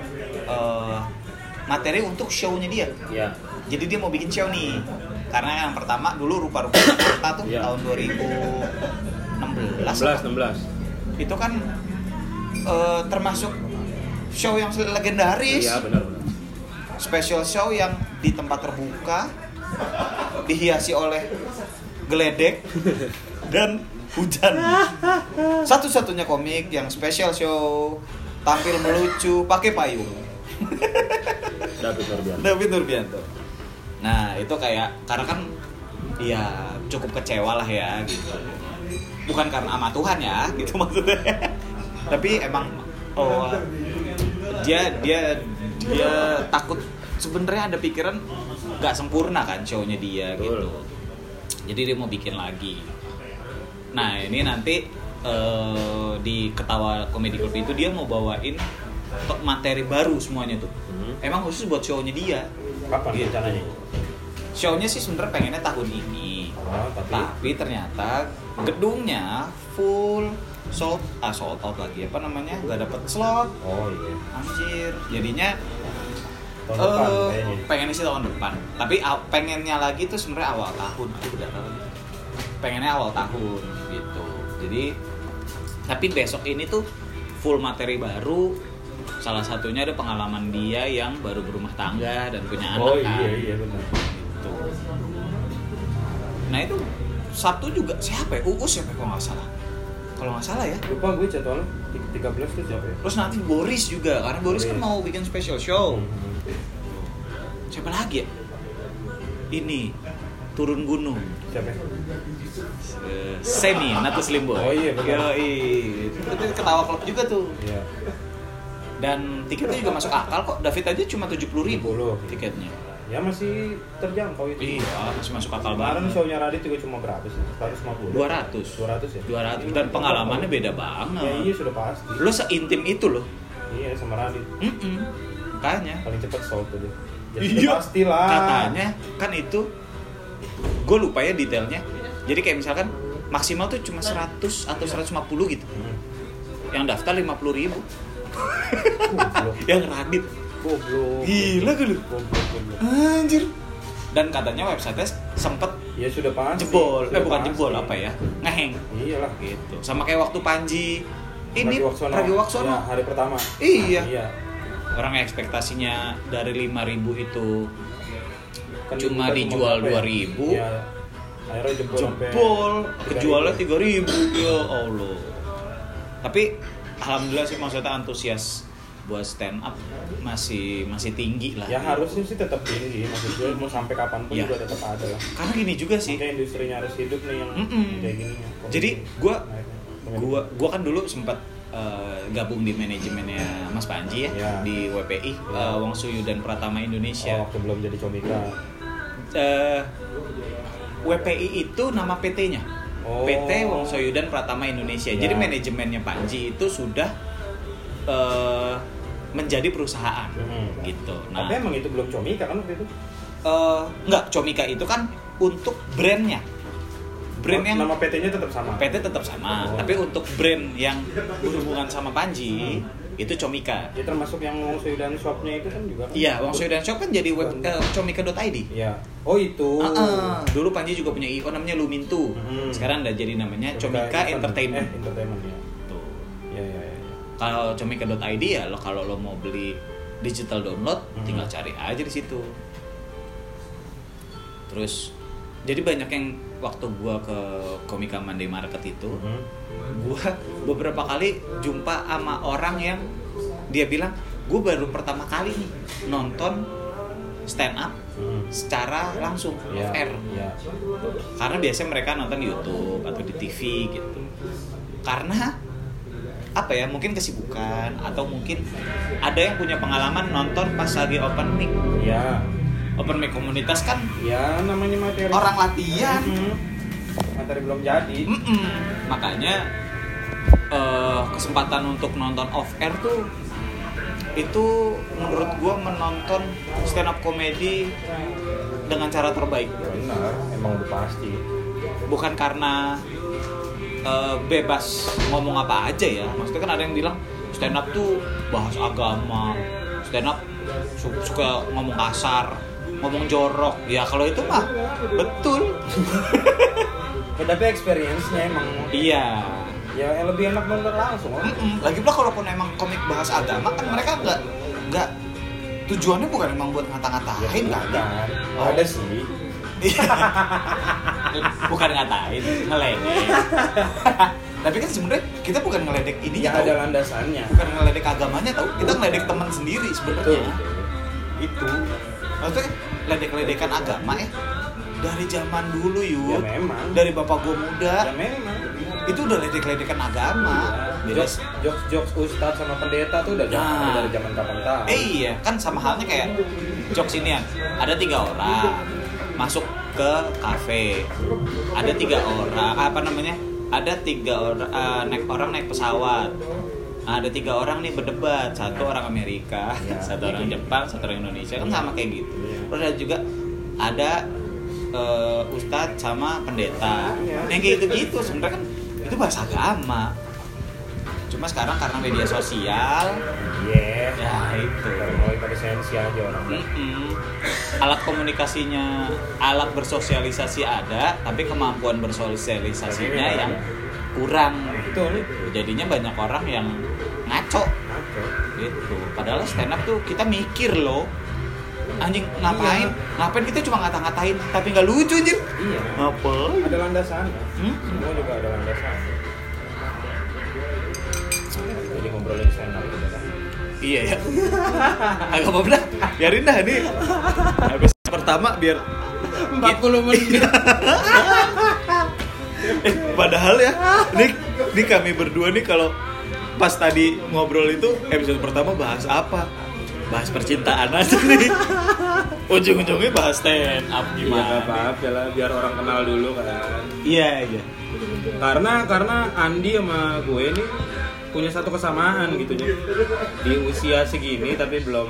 untuk show-nya dia. Iya. Jadi dia mau bikin show nih. Karena yang pertama dulu rupa-rupa Jakarta tuh Iya. tahun 2016. 16. Itu kan termasuk show yang legendaris. Iya, benar. Special show yang di tempat terbuka, dihiasi oleh geledek dan hujan. Satu-satunya komik yang special show, tampil melucu, pakai payung. David Nurbianto. Nah, itu kayak karena kan ya cukup kecewa lah ya gitu. Bukan karena ama Tuhan ya, gitu maksudnya. Tapi emang dia takut, sebenarnya ada pikiran nggak sempurna kan show-nya dia gitu. Jadi dia mau bikin lagi. Nah, ini nanti di Ketawa Comedy Club itu dia mau bawain materi baru semuanya tuh. Emang khusus buat show-nya dia. Kapan Gitu. rencananya? Show-nya sih sebenarnya pengennya tahun ini. Tapi ternyata gedungnya full sold out lagi, apa namanya, nggak dapet slot. Oh iya. Anjir, jadinya Tahun depan kayaknya. pengennya sih tahun depan. Tapi pengennya lagi tuh sebenarnya awal tahun. Aku udah tahu. Pengennya awal tahun gitu. Jadi tapi besok ini tuh full materi baru. Salah satunya ada pengalaman dia yang baru berumah tangga dan punya anak. Oh kan. iya benar. Gitu. Nah itu Sabtu juga siapa ya? Uus siapa ya, kalau nggak salah ya. Lupa gue jadwalnya 13 tuh siapa ya? Terus nanti Boris juga, karena Boris kan mau bikin special show. Siapa lagi ya? Ini turun gunung. Siapa ya? Semi, Natus Limbo. Oh iya, benar. Yoi. Itu Ketawa Club juga tuh. Iya. Dan tiketnya juga masuk akal kok. David aja cuma 70.000 tiketnya. Ya masih terjangkau itu. Iya, masih masuk akal Kemarin banget. show-nya Radit juga cuma berapa sih? 150. 200 200 ya? 200 dan pengalamannya beda Ya banget. iya sudah pasti. Lo seintim itu loh. Iya sama Radit. Makanya. Paling cepat sold tuh dia. Ya, Iya. sudah pastilah. Katanya kan itu, gue lupa ya detailnya. Jadi kayak misalkan maksimal tuh cuma 100 atau 150 gitu. Yang daftar 50.000. Yang Radit Goblok. Gila kan lu? Goblok. Anjir. Dan katanya website-nya sempet Ya sudah pasti. jebol. Sudah Bukan pasti. jebol apa ya? Ngeheng. Iyalah. Gitu. Sama kayak waktu Panji ini Pragiwaksono. Ya, hari pertama. Iya. Iya. Orang ekspektasinya dari 5.000 itu Kan cuma dibuka dijual berapa 2.000. Ya? Akhirnya Jebol, kejualnya 3.000. Ya Allah. Tapi alhamdulillah sih maksudnya antusias buat stand up masih tinggi lah. Ya harusnya sih tetap tinggi, maksud gue mau sampai kapanpun Ya. juga tetap ada lah. Karena gini juga sih. Makanya industrinya harus hidup nih yang kayak gini. Jadi gua kan dulu sempat gabung di manajemennya Mas Panji ya. Di WPI, Wong Suyu dan Pratama Indonesia. Waktu belum jadi Comika. WPI itu nama PT-nya. PT Wong Soyu dan Pratama Indonesia. Ya. Jadi manajemennya Panji itu sudah menjadi perusahaan gitu. Nah, tapi emang itu belum Comika kan waktu itu? Enggak, Comika itu kan untuk brandnya. Brand yang nama PT-nya tetap sama. PT tetap sama, tapi untuk brand yang berhubungan sama Panji itu Comika. Ya termasuk yang Wong Soyu dan Shop-nya itu kan juga kan? Iya, Wong Soyu dan Shop kan jadi web comika.id. Iya. Oh itu. Dulu Panji juga punya IO namanya Lumintu. Sekarang udah jadi namanya Comika Entertainment. Entertainment ya. Tuh. Iya. Kalau comika.id ya kalau lo mau beli digital download tinggal cari aja di situ. Terus jadi banyak yang waktu gua ke Komika Monday Market itu, gua beberapa kali jumpa sama orang yang dia bilang, gua baru pertama kali nih nonton stand up secara langsung off air. Karena biasanya mereka nonton di YouTube atau di TV gitu. Karena apa ya, mungkin kesibukan atau mungkin ada yang punya pengalaman nonton pas lagi open mic. Iya. Open mic komunitas kan Ya namanya materi. orang latihan. Materi belum jadi. Makanya kesempatan untuk nonton off air tuh itu menurut gua menonton stand up comedy dengan cara terbaik. Benar, emang udah pasti. Bukan karena bebas ngomong apa aja ya. Maksudnya kan ada yang bilang stand up tuh bahas agama, stand up suka ngomong kasar, ngomong jorok. Ya kalau itu mah betul. Tapi experience-nya emang. Iya. Ya lebih enak nonton langsung. Lagi pula kalaupun emang komik bahas agama kan mereka nggak tujuannya bukan emang buat ngata-ngatain kan? Ada sih. Bukan ngatain, ngeledek. Tapi kan sebenarnya kita bukan ngeledek ini ya, ada landasannya. Bukan ngeledek agamanya tau, kita ngeledek teman sendiri sebenarnya. Itu. Maksudnya ledek-ledekan agama dari zaman dulu Ya memang. Dari bapak gua muda. Ya memang. Itu udah ledek-ledekan agama. Ya. Jokes ustadz sama pendeta tuh udah dari zaman kapan tahu. Iya, kan sama halnya kayak jokes ini ya. Ada 3 orang masuk ke kafe. Ada 3 orang, ada 3 orang naik pesawat. Ada 3 orang nih berdebat, 1 orang Amerika, 1 orang Jepang, 1 orang Indonesia, kan sama kayak gitu. Terus ada juga ustadz sama pendeta. Yang kayak gitu-gitu sebenarnya kan itu bahasa agama. Cuma sekarang karena media sosial, ya itu. Mulai pada sensi aja orang. Alat komunikasinya, alat bersosialisasi ada, tapi kemampuan bersosialisasinya yang kurang. Betul. Jadinya banyak orang yang ngaco. Gitu. Padahal stand up tuh kita mikir loh. Anjing ngapain? Ngapain kita cuma ngata-ngatain tapi nggak lucu anjir. Iya. Apa? Ada landasannya. Semua juga ada landasannya. Jadi ngobrolin stand up gitu kan. Iya ya. Agak apa dah? Biarin dah nih. Episode pertama biar 40 menit. Padahal ya, ini kami berdua nih kalau pas tadi ngobrol itu episode pertama bahas apa? Bahas percintaan aja nih. Ujung-ujungnya bahas stand up gimana? Iya, apa-apa lah, biar orang kenal dulu kan. Iya. Karena Andi sama gue nih punya satu kesamaan gitu ya. Di usia segini tapi belum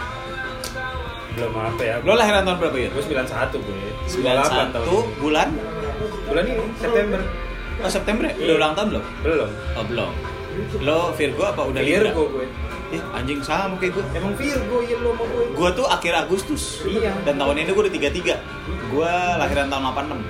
apa ya. Lo lahiran tahun berapa ya? Gue 91 gue. 91 tahun bulan ini September. Oh, September ya? Udah ulang tahun belum? Belum. Oh, belum. Lo Virgo apa udah Libra? Virgo gue. Anjing sama kayak gue. Emang Virgo ya lo sama gue. Gue tuh akhir Agustus. Iya. Dan tahun ini gue udah 33. Gue lahiran tahun 86.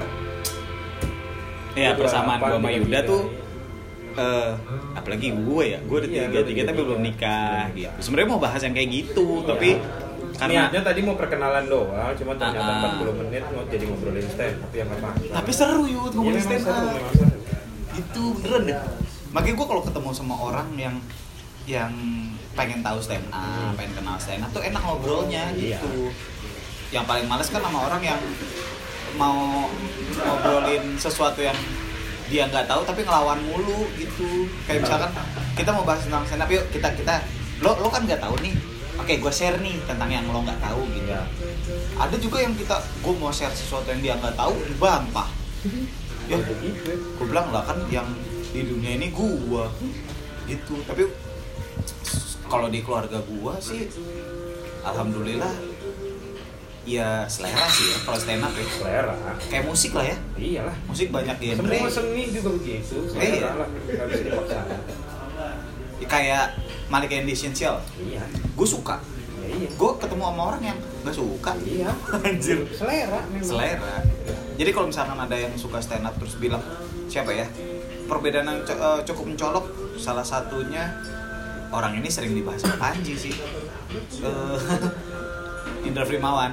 Ya persamaan gue sama Yuda tuh. Apalagi gue ya. Gue udah 33 tapi belum nikah gitu. Sebenarnya mau bahas yang kayak gitu, tapi karena niatnya tadi mau perkenalan doang, cuma ternyata 40 menit mau jadi ngobrolin stand, tapi yang apa? Tapi seru yuk ngomongin stand up. Seru. Itu beneran deh. Makanya gue kalau ketemu sama orang yang pengen tahu stand up, pengen kenal stand up tuh enak ngobrolnya gitu. Yang paling males kan sama orang yang mau ngobrolin sesuatu yang dia nggak tahu tapi ngelawan mulu gitu. Kayak misalkan kita mau bahas tentang stand up, yuk kita lo kan nggak tahu nih. Oke, gue share nih tentang yang lo nggak tahu gitu. Ada juga yang gue mau share sesuatu yang dia nggak tahu dibantah. Ya, gue bilang lah kan yang di dunia ini gue gitu. Tapi kalau di keluarga gue sih, alhamdulillah, ya selera sih ya. Kalau stand up ya. Selera. Kayak musik lah ya. Iyalah. Musik banyak genre. Semua seni juga begitu. Selera lah. Nggak bisa dipaksakan. Kayak Malik and the Essential. Iya. Gue suka. Ya, iya. Gue ketemu sama orang yang gak suka. Iya. Anjir. Selera memang. Selera. Jadi kalau misalkan ada yang suka stand up terus bilang siapa ya? Perbedaan yang cukup mencolok, salah satunya orang ini sering dibahas sama Panji sih. Indra Frimawan.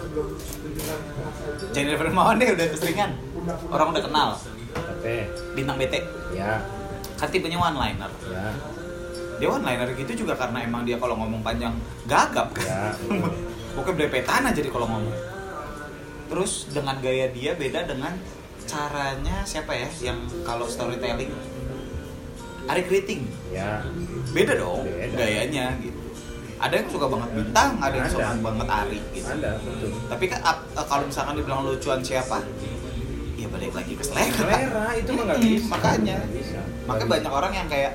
Indra Frimawan deh udah keseringan. Orang udah kenal. Bintang BT. Ya. Kan tipenya one liner. Ya. Dia one liner gitu juga karena emang dia kalau ngomong panjang gagap kan. Ya. Pokoknya belepetan aja jadi kalau ngomong. Terus dengan gaya dia beda dengan caranya siapa ya yang kalau storytelling Ari Kriting. Ya. Beda dong beda. Gayanya gitu. Ada yang suka banget Bintang, ada yang suka banget Ari gitu. Ada, betul. Tapi kan kalau misalkan dibilang lucuan siapa? Ya balik lagi ke selera. Selera itu mah nggak bisa. Makanya. Bisa. Makanya banyak orang yang kayak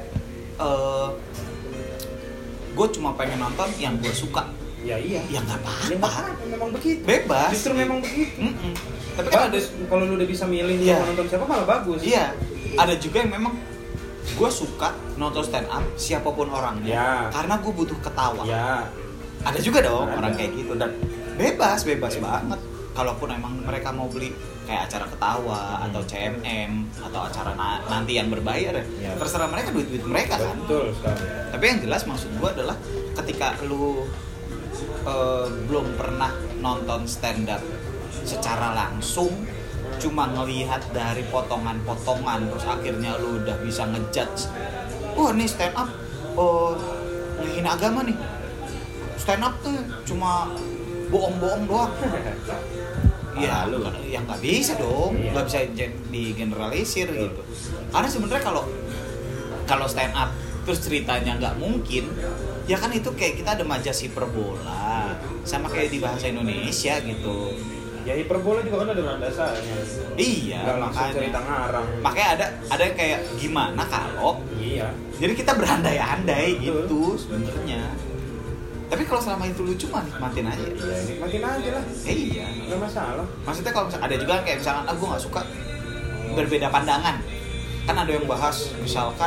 gue cuma pengen nonton yang gue suka. Ya iya. Ya nggak apa-apa. Ya nggak apa-apa, memang begitu. Bebas. Justru memang begitu. Tapi kan ada kalau lu udah bisa milih mau nonton siapa malah bagus. Iya. Ada juga yang memang gue suka nonton stand up siapapun orangnya. Ya. Karena gue butuh ketawa. Ya. Ada juga dong orang kayak gitu dan bebas banget. Kalaupun emang mereka mau beli kayak acara ketawa atau CMM atau acara nanti yang berbayar ya. Terserah mereka, duit mereka kan. Betul sekali. Tapi yang jelas maksud gue adalah ketika lu belum pernah nonton stand up secara langsung, cuma ngelihat dari potongan-potongan terus akhirnya lu udah bisa ngejudge. Wah, nih stand up ngehina agama nih. Stand up tuh cuma bohong-bohong doang. Ya, yang nggak bisa dong, nggak bisa digeneralisir gitu. Karena sebenarnya kalau stand up terus ceritanya nggak mungkin, ya kan itu kayak kita ada majas hiperbola, sama kayak di bahasa Indonesia gitu. Ya hiperbola juga kan ada landasannya. Iya, nggak langsung cerita ngarang. Makanya ada yang kayak gimana kalau? Iya. Jadi kita berandai-andai gitu sebenarnya. Tapi kalau selama itu lucu mah nikmatin aja. Iya, nikmatin aja lah. Iya, nggak masalah. Maksudnya kalau misalkan ada juga kayak misalkan gue nggak suka berbeda pandangan. Kan ada yang bahas misalkan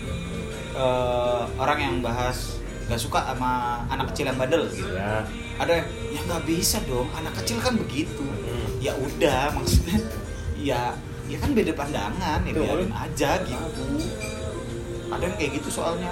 orang yang bahas nggak suka sama anak kecil yang bandel gitu. Ya. Ada yang nggak bisa dong, anak kecil kan begitu. Ya udah, maksudnya ya kan beda pandangan, ya biarin aja gitu. Ada yang kayak gitu soalnya.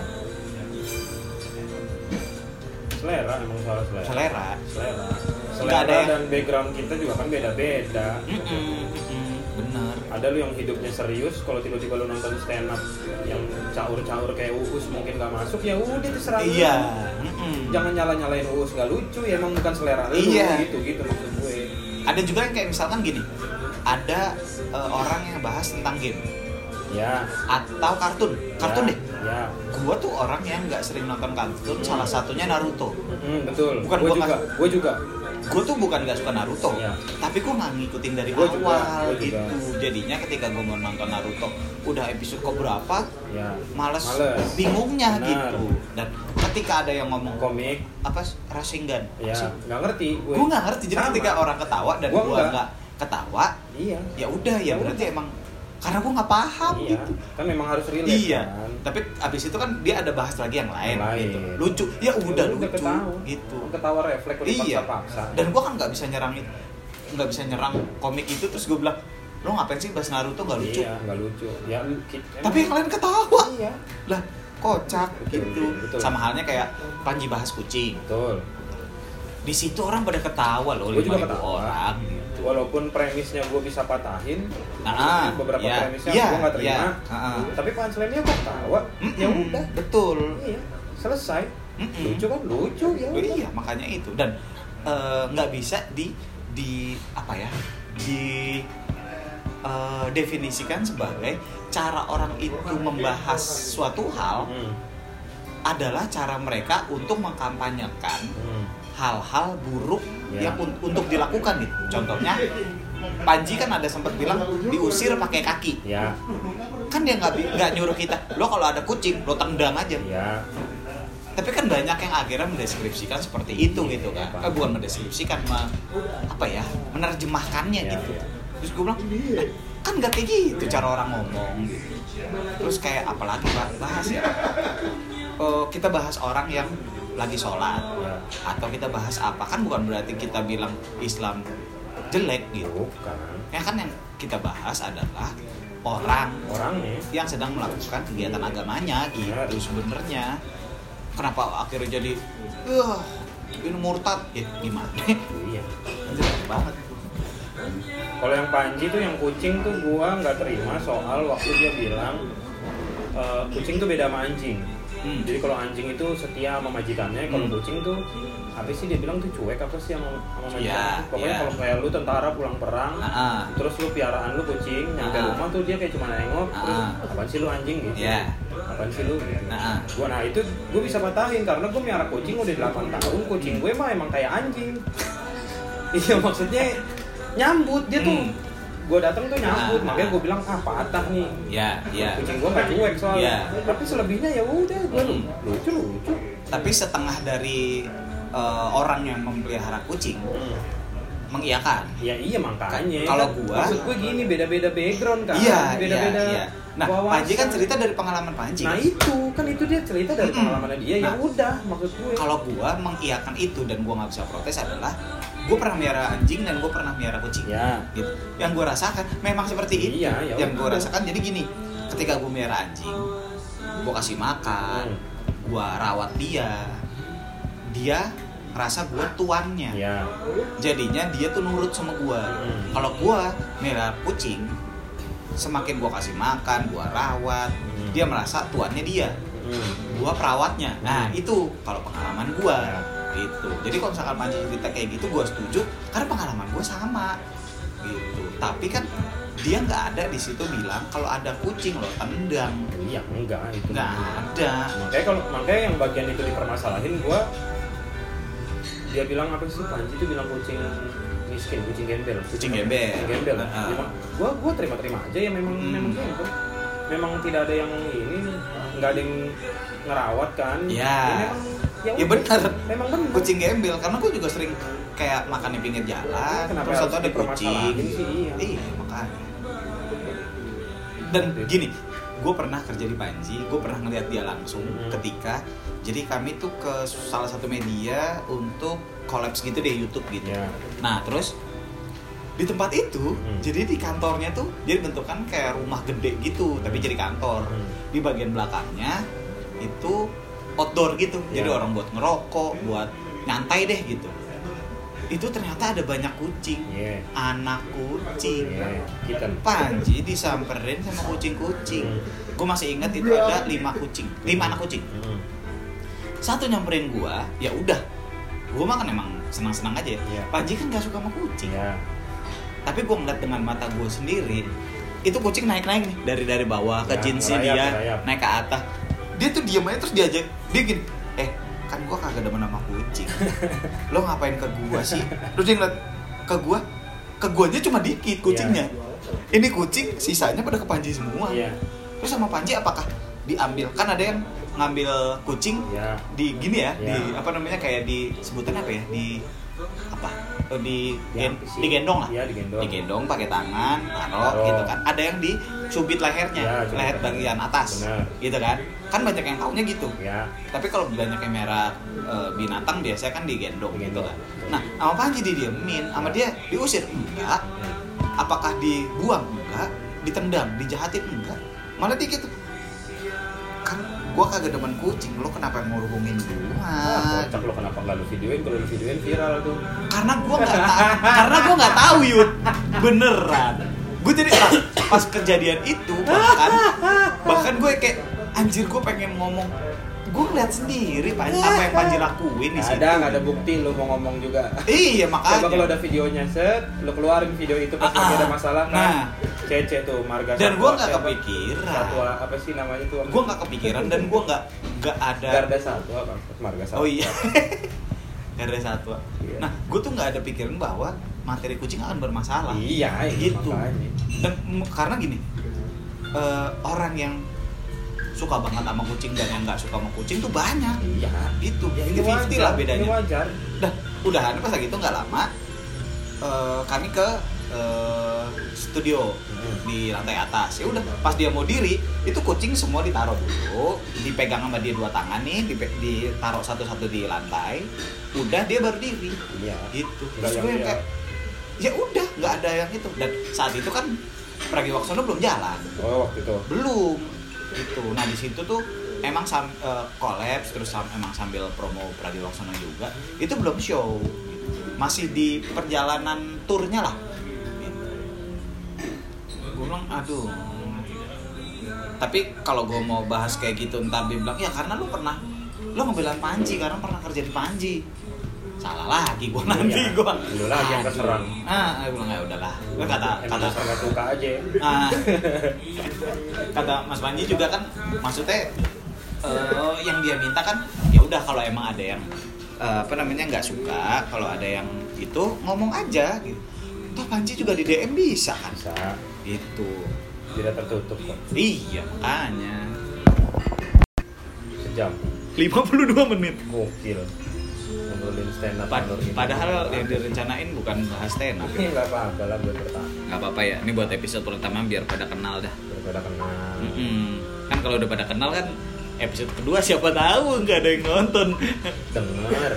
Selera, emang soal selera. Selera ada dan background kita juga kan beda-beda. Bener. Ada lu yang hidupnya serius, kalau tiba-tiba lu nonton stand up yang caur-caur kayak Uus mungkin gak masuk, ya udah terserah lu. Iya. Jangan nyalain Uus gak lucu, ya emang bukan selera lu. Iya. Gitu maksud gue. Ada juga yang kayak misalkan gini, ada orang yang bahas tentang game. Ya. Atau kartun deh. Ya. Gua tuh orang yang nggak sering nonton kartun, salah satunya Naruto. Betul. Bukan Gue juga. Gue tuh bukan nggak suka Naruto, ya. Tapi gue nggak ngikutin dari awal gitu. Jadinya ketika gue mau nonton Naruto, udah episode keberapa, ya. males. Bingungnya. Benar. Gitu. Dan ketika ada yang ngomong komik, apa Rasengan, ya nggak ngerti. Gue nggak ngerti. Jadi ketika orang ketawa dan gue nggak ketawa, iya. Ya udah ya berarti emang karena gue nggak paham Iya, gitu. kan memang harus relate Iya, kan. tapi abis itu kan dia ada bahas lagi yang lain, Yang lain. gitu. Lucu, ya udah lucu ketawa. gitu. Ketawa refleks udah Iya. paksa-paksa. Dan gue kan nggak bisa nyerang komik itu, terus gue bilang, lo ngapain sih bahas Naruto nggak lucu? Iya, nggak lucu. Ya, Tapi yang lain ketawa. Iya. Lah, kocak Betul, gitu. betul. Sama halnya kayak Panji bahas kucing. Betul. Di situ orang pada ketawa loh, Gue juga 5.000 ketawa. orang gitu. Walaupun premisnya gue bisa patahin, Nah, beberapa iya, premisnya iya, gue nggak terima. iya, heeh. Tapi punchline-nya gue ketawa. Ya udah, Betul. iya, selesai. Mm-mm. Lucu kan lucu ya. Oh, udah. iya, makanya itu. Dan nggak bisa di apa ya? Di definisikan sebagai cara orang itu membahas suatu hal adalah cara mereka untuk mengkampanyekan hal-hal buruk Ya. yang untuk dilakukan gitu. Contohnya Panji kan ada sempat bilang diusir pakai kaki. Ya, Kan dia nggak nyuruh kita, lo kalau ada kucing lo tendang aja. ya. Tapi kan banyak yang akhirnya mendeskripsikan seperti itu gitu kan. Bukan mendeskripsikan, menerjemahkannya Ya, gitu. ya. Terus gue bilang, "Lah, kan nggak kayak gitu cara orang ngomong gitu." Terus kayak apalagi bahas ya, kita bahas orang yang lagi sholat Ya. atau kita bahas apa, kan bukan berarti kita bilang Islam jelek gitu. Bukan. Ya kan yang kita bahas adalah Orangnya. yang sedang melakukan kegiatan agamanya gitu sebenarnya. Kenapa akhirnya jadi ini murtad ya gimana? Iya. Jelek banget. Kalau yang Panji tuh yang kucing tuh gua nggak terima soal waktu dia bilang kucing tuh beda sama anjing. Jadi kalau anjing itu setia sama majikannya, kalau kucing tuh apa sih dia bilang tuh cuek apa sih sama majikannya? Iya, Pokoknya iya. kalau kayak lu tentara pulang perang, terus lu piaraan lu kucing, nyampe rumah tuh dia kayak cuma nengok, terus apaan sih lu anjing gitu? Iya. Apaan sih lu? Gitu. Gua Nah itu gue bisa patahin karena gue miara kucing udah 8 tahun, kucing gue mah emang kayak anjing. Iya maksudnya nyambut dia tuh. Gue datang tuh nyambut, makanya gue bilang patah nih. ya. Kucing gue nggak cuek soalnya. Iya. Tapi selebihnya ya udah, gue lucu. Tapi setengah dari orang yang memelihara kucing mengiyakan. Ya iya makanya. Kalau kan, gua- maksud gue gini beda-beda background kan. Iya, Beda-beda. iya. Nah, wawasan. Panji kan cerita dari pengalaman Panji. Nah itu dia cerita dari pengalamannya dia. Ya Nah, udah, maksud gue. kalau gua mengiyakan itu dan gua nggak bisa protes adalah gua pernah miara anjing dan gua pernah miara kucing. Ya. Gitu. Yang gua rasakan memang seperti itu. Iya, ya Yang gua udah. rasakan jadi gini, ketika gua miara anjing, gua kasih makan, gua rawat dia ngerasa gua tuannya. Ya. Jadinya dia tuh nurut sama gua. Kalau gua miara kucing, semakin gua kasih makan, gua rawat, dia merasa tuannya dia. Gua perawatnya. Nah, itu kalau pengalaman gua gitu. Jadi kalau misalkan Panji cerita kayak gitu gua setuju karena pengalaman gua sama gitu. Tapi kan dia nggak ada di situ bilang kalau ada kucing lo tendang. Iya enggak itu. Nggak ada. Makanya yang bagian itu dipermasalahin gua. Dia bilang apa sih Panji itu bilang kucing miskin, kucing gembel. Kucing gembel. Kucing gembel. Gua terima aja ya memang gitu. Memang tidak ada yang ini, nggak ada yang ngerawat kan. Ya. Ya udah. benar. Memang benar. Kucing gembel karena gue juga sering kayak makan di pinggir jalan. Kenapa Terus harus atau ada kucing. dipermasalahin sih? Iya. Makanya. Dan gini, gue pernah kerja di Panji, gue pernah ngeliat dia langsung ketika jadi kami tuh ke salah satu media untuk collabs gitu deh YouTube gitu. Ya. Nah terus di tempat itu, jadi di kantornya tuh jadi bentukan kayak rumah gede gitu, tapi jadi kantor. Di bagian belakangnya itu outdoor gitu, jadi orang buat ngerokok, buat nyantai deh gitu. Itu ternyata ada banyak kucing, anak kucing. Panji disamperin sama kucing-kucing. Gue masih ingat itu ada 5 anak kucing. Satu nyamperin gue, ya udah, gue mah kan emang senang-senang aja ya. Panji kan gak suka sama kucing. Tapi gue ngeliat dengan mata gue sendiri, itu kucing naik-naik nih dari bawah ke jeansnya dia, naik ke atas. Dia tuh diem aja terus diajak, dia gini, kan gue kagak demen sama kucing. Lo ngapain ke gue sih? Terus dia ngeliat ke guanya cuma dikit kucingnya. Ini kucing sisanya pada ke Panji semua. Terus sama Panji apakah diambil? Kan ada yang ngambil kucing di gini ya, di apa namanya kayak di sebutan apa ya? Di apa? digendong lah. Iya, Digendong pakai tangan, taruh gitu kan. Ada yang dicubit lehernya, Ya, leher bagian atas. Benar. Gitu kan. Kan banyak yang taunya gitu. Ya. Tapi kalau banyak yang merah binatang biasanya kan digendong gitu kan. Betul. Nah, sama Panji didiemin, sama dia diusir enggak. Apakah dibuang enggak? Ditendang, dijahatin enggak? Malah dia gitu. Kan gua kagak demen kucing, lo kenapa mau hubungin gua? Kocak lo kenapa nggak lo videoin? Kalau lo videoin viral tuh. Karena gua nggak tahu Yud, beneran. Gue jadi pas kejadian itu bahkan gue kayak anjir, gue pengen ngomong. Gue ngeliat sendiri apa yang Panji lakuin di situ. Nggak ada bukti lo mau ngomong juga. Iya makanya. Coba kalau ada videonya lo keluarin video itu pas lagi ada masalah kan. Nah, Cece tuh marga. Dan gue nggak kepikiran. Satwa apa sih namanya tuh? Gue nggak kepikiran dan gue nggak ada. Garda Satwa kan, marga Satwa. Oh iya. Garda Satwa. Iya. Nah, gue tuh nggak ada pikiran bahwa materi kucing akan bermasalah. Iya, gitu. Makanya. Dan karena gini, orang yang suka banget sama kucing dan yang nggak suka sama kucing tuh banyak. Iya. Gitu. Ya, ini 50 lah bedanya. Ini wajar. Dah, udahan pas lagi itu nggak lama, kami ke studio di lantai atas. Ya udah, pas dia mau diri, itu kucing semua ditaruh dulu, dipegang sama dia 2 tangan nih, ditaruh satu-satu di lantai. Udah dia baru diri. Iya. Gitu. Terus gue yang kayak, ya udah, nggak ada yang itu. Dan saat itu kan Pragiwaksono belum jalan. Oh, waktu itu. Belum. Gitu. Nah di situ tuh emang kolaps terus emang sambil promo Pragiwaksono juga. Itu belum show. Gitu. Masih di perjalanan turnya lah. Gue bilang aduh, tapi kalau gue mau bahas kayak gitu ntar dia bilang ya karena lo ngebelain Panji karena pernah kerja di Panji. Salah lagi gue nanti. Iya, gue lu lagi yang keserang. gue bilang ya udahlah, kata suka aja. Kata Mas Panji juga kan maksudnya yang dia minta kan ya udah kalau emang ada yang nggak suka, kalau ada yang itu ngomong aja gitu. Toh Panji juga di DM bisa kan? Bisa. Itu Tidak tertutup kok. iya makanya. Sejam. 52 menit. Gokil. Ngobrolin stand up. Padahal yang direncanain bukan bahas stand up. Ini nggak apa-apa lah buat pertama. Nggak apa-apa ya. Ini buat episode pertama biar pada kenal dah. Biar pada kenal. Kan kalau udah pada kenal kan episode kedua siapa tahu nggak ada yang nonton. Dengar.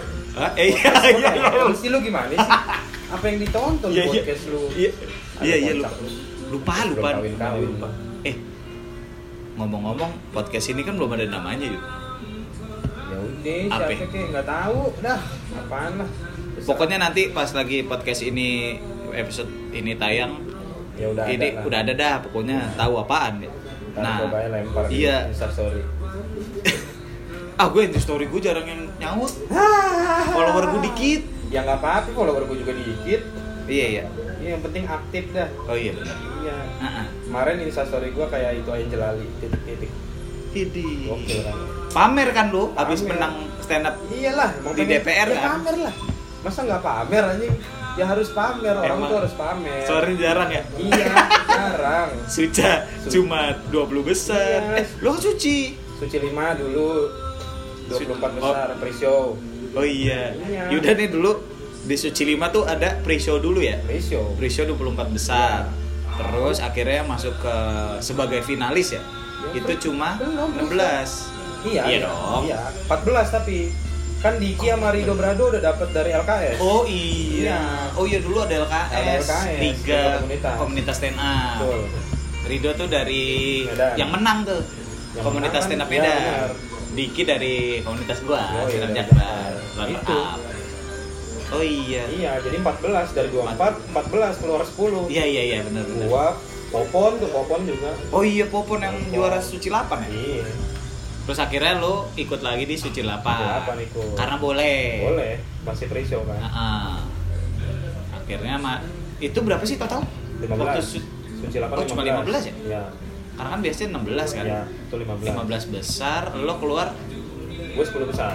Iya. Mesti lu gimana sih? Apa yang ditonton podcast lu? Iya lupa. Kawin. Ngomong-ngomong podcast ini kan belum ada namanya yuk. Ya udah, siapa kayak nggak tahu dah. Apaan lah. Pokoknya nanti pas lagi podcast ini episode ini tayang, ya udah ini udah ada dah. Pokoknya tahu apaan ya. Nah, coba lempar iya. di Instastory. Gue Instastory gue jarang yang nyaut. Follower gue dikit. Ya nggak apa-apa, follower gue juga dikit. Iya. Yang penting aktif dah. Oh iya benar. Iya. Kemarin Instastory gue kayak itu Angel Ali titik-titik. Hidi. Gokil kan. Pamer kan lu habis menang stand up. Iyalah, di DPR ya, kan. Pamer lah. Masa nggak pamer anjing? Ya harus pamer, orang tuh harus pamer. Sorry jarang ya? Iya, jarang. Suca cuma 20 besar. Iya. Lo kan Suci 5 dulu. 24 besar pre-show. Oh iya. Yaudah nih dulu di Suci 5 tuh ada pre-show dulu ya? Pre-show 24 besar. Terus akhirnya masuk ke sebagai finalis ya? Itu cuma 16. Iya dong. Iya, 14 tapi kan Diki sama Rido Brado udah dapat dari LKS. Oh iya. Oh iya dulu ada LKS. Liga komunitas stand up. Betul. Rido tuh dari Medan. Yang menang tuh. Yang komunitas stand up Medan. Ya, Diki dari komunitas gua, Sinar iya, Jakbar. Itu. Oh iya. Iya, jadi 14 dari 14 keluar 10. Iya benar. Gua Popon juga. Oh iya Popon yang juara Suci 8 ya? Iya. Terus akhirnya lo ikut lagi di Suci 8. Ikut. Karena boleh. Boleh, masih pre-show kan. Akhirnya itu berapa sih total? 15. Waktu Suci 8 oh, cuma 15 ya? Iya. Karena kan biasanya 16 kan? Iya, itu 15. 15 besar, lo keluar gue 10 besar.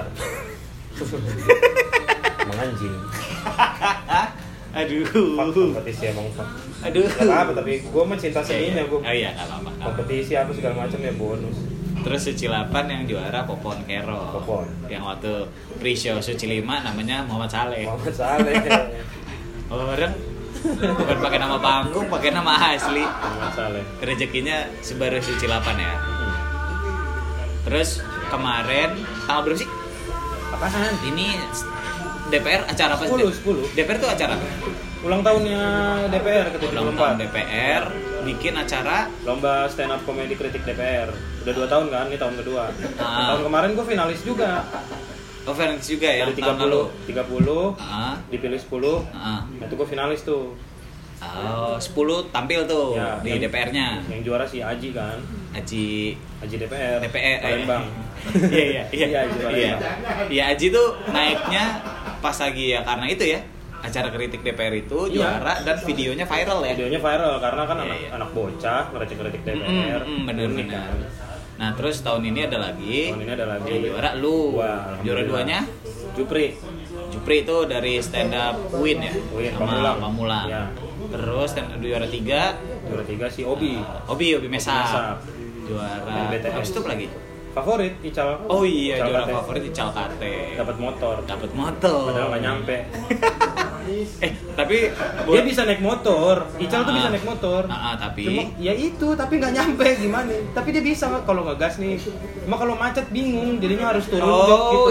Menganjing. Aduh. Kompetisi emang. Aduh. Gak apa-apa, tapi gue mah cinta seninya gue. Oh iya, gak apa-apa. Kompetisi apa segala macam ya bonus. Terus Suci 8 yang juara Popon Kero. Yang waktu pre-show Suci 5 namanya Muhammad Saleh. Orang bukan pakai nama panggung, pakai nama asli. Masalah. Rezekinya sebaru Sucilapan ya. Terus kemarin tanggal berapa sih? Apaan? Ini DPR acara apa sih? 10. DPR tuh acara apa? Ulang tahunnya DPR ke-74. Ulang tahun DPR bikin acara Lomba stand up comedy kritik DPR. Udah 2 tahun kan, ini tahun kedua. Tahun kemarin gue finalis juga. conference juga ya. Dari 30 dipilih 10. Nah, itu gue finalis tuh. 10 tampil tuh ya, di DPR-nya. Yang juara si Aji kan. Aji DPR. Palembang. Iya. Iya, Aji tuh naiknya pas lagi ya karena itu ya. Acara kritik DPR itu juara dan videonya viral ya. Videonya viral karena kan anak bocah ngeritik DPR. Bener. Kan. Nah, terus tahun ini ada lagi. Yang juara lu. Juara 2-nya Jupri itu dari stand up Win ya. Sama Pamulang. Ya. Terus juara 3 si Obi Mesa. Juara habis itu lagi favorit Ical. Oh iya, juara favorit Ical KT. Dapat motor. Padahal nggak nyampe. Tapi dia bisa naik motor. Ical tuh bisa naik motor. Tapi cuma ya itu, tapi nggak nyampe gimana? Tapi dia bisa kalau ngegas nih. Cuma kalau macet bingung, jadinya harus turun gitu.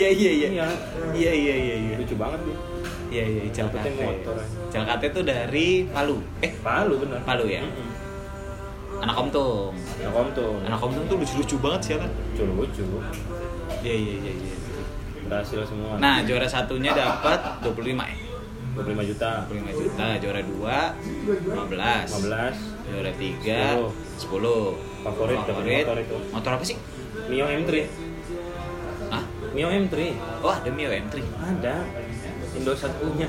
Iya. Lucu banget dia. Iya, Ical KT. Ical KT tuh dari Palu. Palu bener. Palu ya. Anak Komtung tuh lucu-lucu banget sih kan? Lucu. Iya. Berhasil semua. Nah, juara satunya dapat 25 juta. Juara 2 15. Juara 3 10. Favorit itu. Motor apa sih? Mio M3. Hah? Mio M3. Oh, ada Mio M3. Ada. Indosat punya.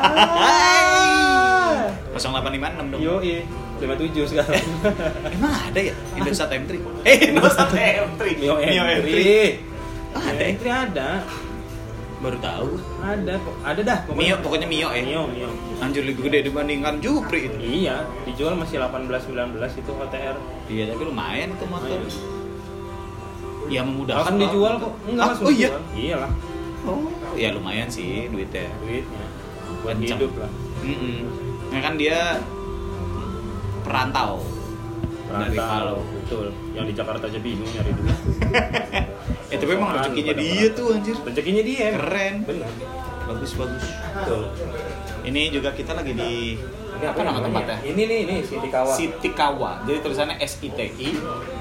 0856 dong. Yoi. 57 sekarang. Emang ada ya Indosat M3? Indosat M3. Mio M3. Ada. M3 ada. Baru tahu. Ada dah. Pokoknya Mio ya. Mio. Anjir lebih gede dibandingkan Jupri itu. Iya, dijual masih 18-19 itu OTR. Iya, tapi lumayan itu motor. Ya memudahkan. Akan dijual kok. Enggak langsung dijual. Iyalah. Oh, ya lumayan sih duitnya. Buat hidup lah. Ya kan dia perantau dari Palu. Betul. Yang di Jakarta aja bingung nyari duit. Tapi emang rezekinya dia tuh anjir. Rezekinya dia. Keren. Benar. Bagus. Betul. Ini juga kita lagi di apa nama tempatnya? Ini Siti Kawa. Jadi tulisannya SITI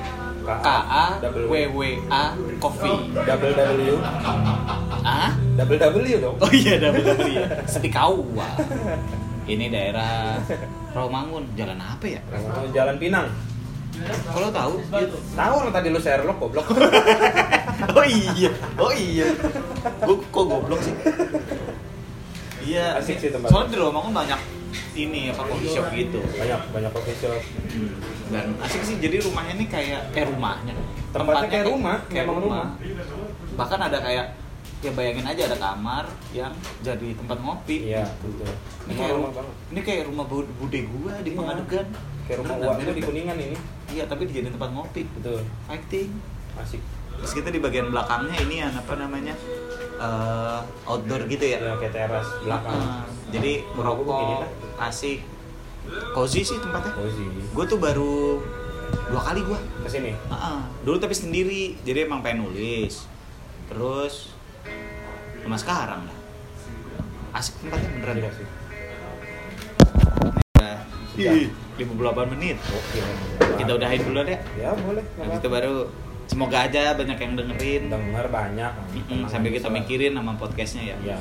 KAWWA Coffee. Double W. Double W dong. Oh iya, double W. Siti Kawa. Ini daerah Rawamangun. Jalan apa ya? Jalan Pinang. Kalau tahu? Tahu orang tadi lu Sherlock goblok. Oh iya. Gua kok goblok sih? Iya. Asik sih tempat. Soalnya di Rawamangun banyak ini coffee shop gitu. Banyak coffee shop. Dan asik sih, jadi rumahnya ini kayak rumahnya. Tempatnya kayak rumah. Bahkan ada kayak ya bayangin aja ada kamar yang jadi tempat ngopi. Iya, betul. Ini kayak rumah bude gua di Pangadegan. Kayak rumah gua di Kuningan ini. Iya, tapi dijadiin tempat ngopi. Betul. Fighting. Asik. Terus kita di bagian belakangnya ini apa namanya? Outdoor gitu ya. Ya, kayak teras belakang. Jadi merokok, asik. Cozy sih tempatnya. Cozy. Gue tuh baru 2 kali gua kesini. Dulu tapi sendiri. Jadi emang pengen nulis. Terus sama sekarang lah. Asik tempatnya beneran deh. Iya. 58 menit. Oke. Kita udahin dulu deh. Ya boleh. Habis itu baru semoga aja banyak yang dengerin. Denger banyak. Sambil kita mikirin nama podcastnya ya. Iya.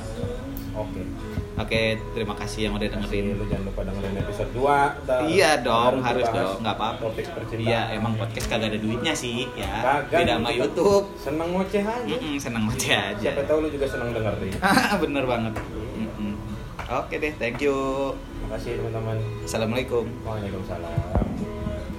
Oke, terima kasih yang udah dengerin. Lu jangan lupa dengerin episode 2. Iya dong, harus dong, nggak apa-apa. Topik percintaan. Iya, emang podcast kagak ada duitnya sih, ya. Beda sama YouTube. Seneng ngoceh aja. Seneng ngoceh aja. Siapa tahu lu juga seneng dengerin. Bener banget. Oke deh, thank you. Makasih teman-teman. Assalamualaikum. Waalaikumsalam.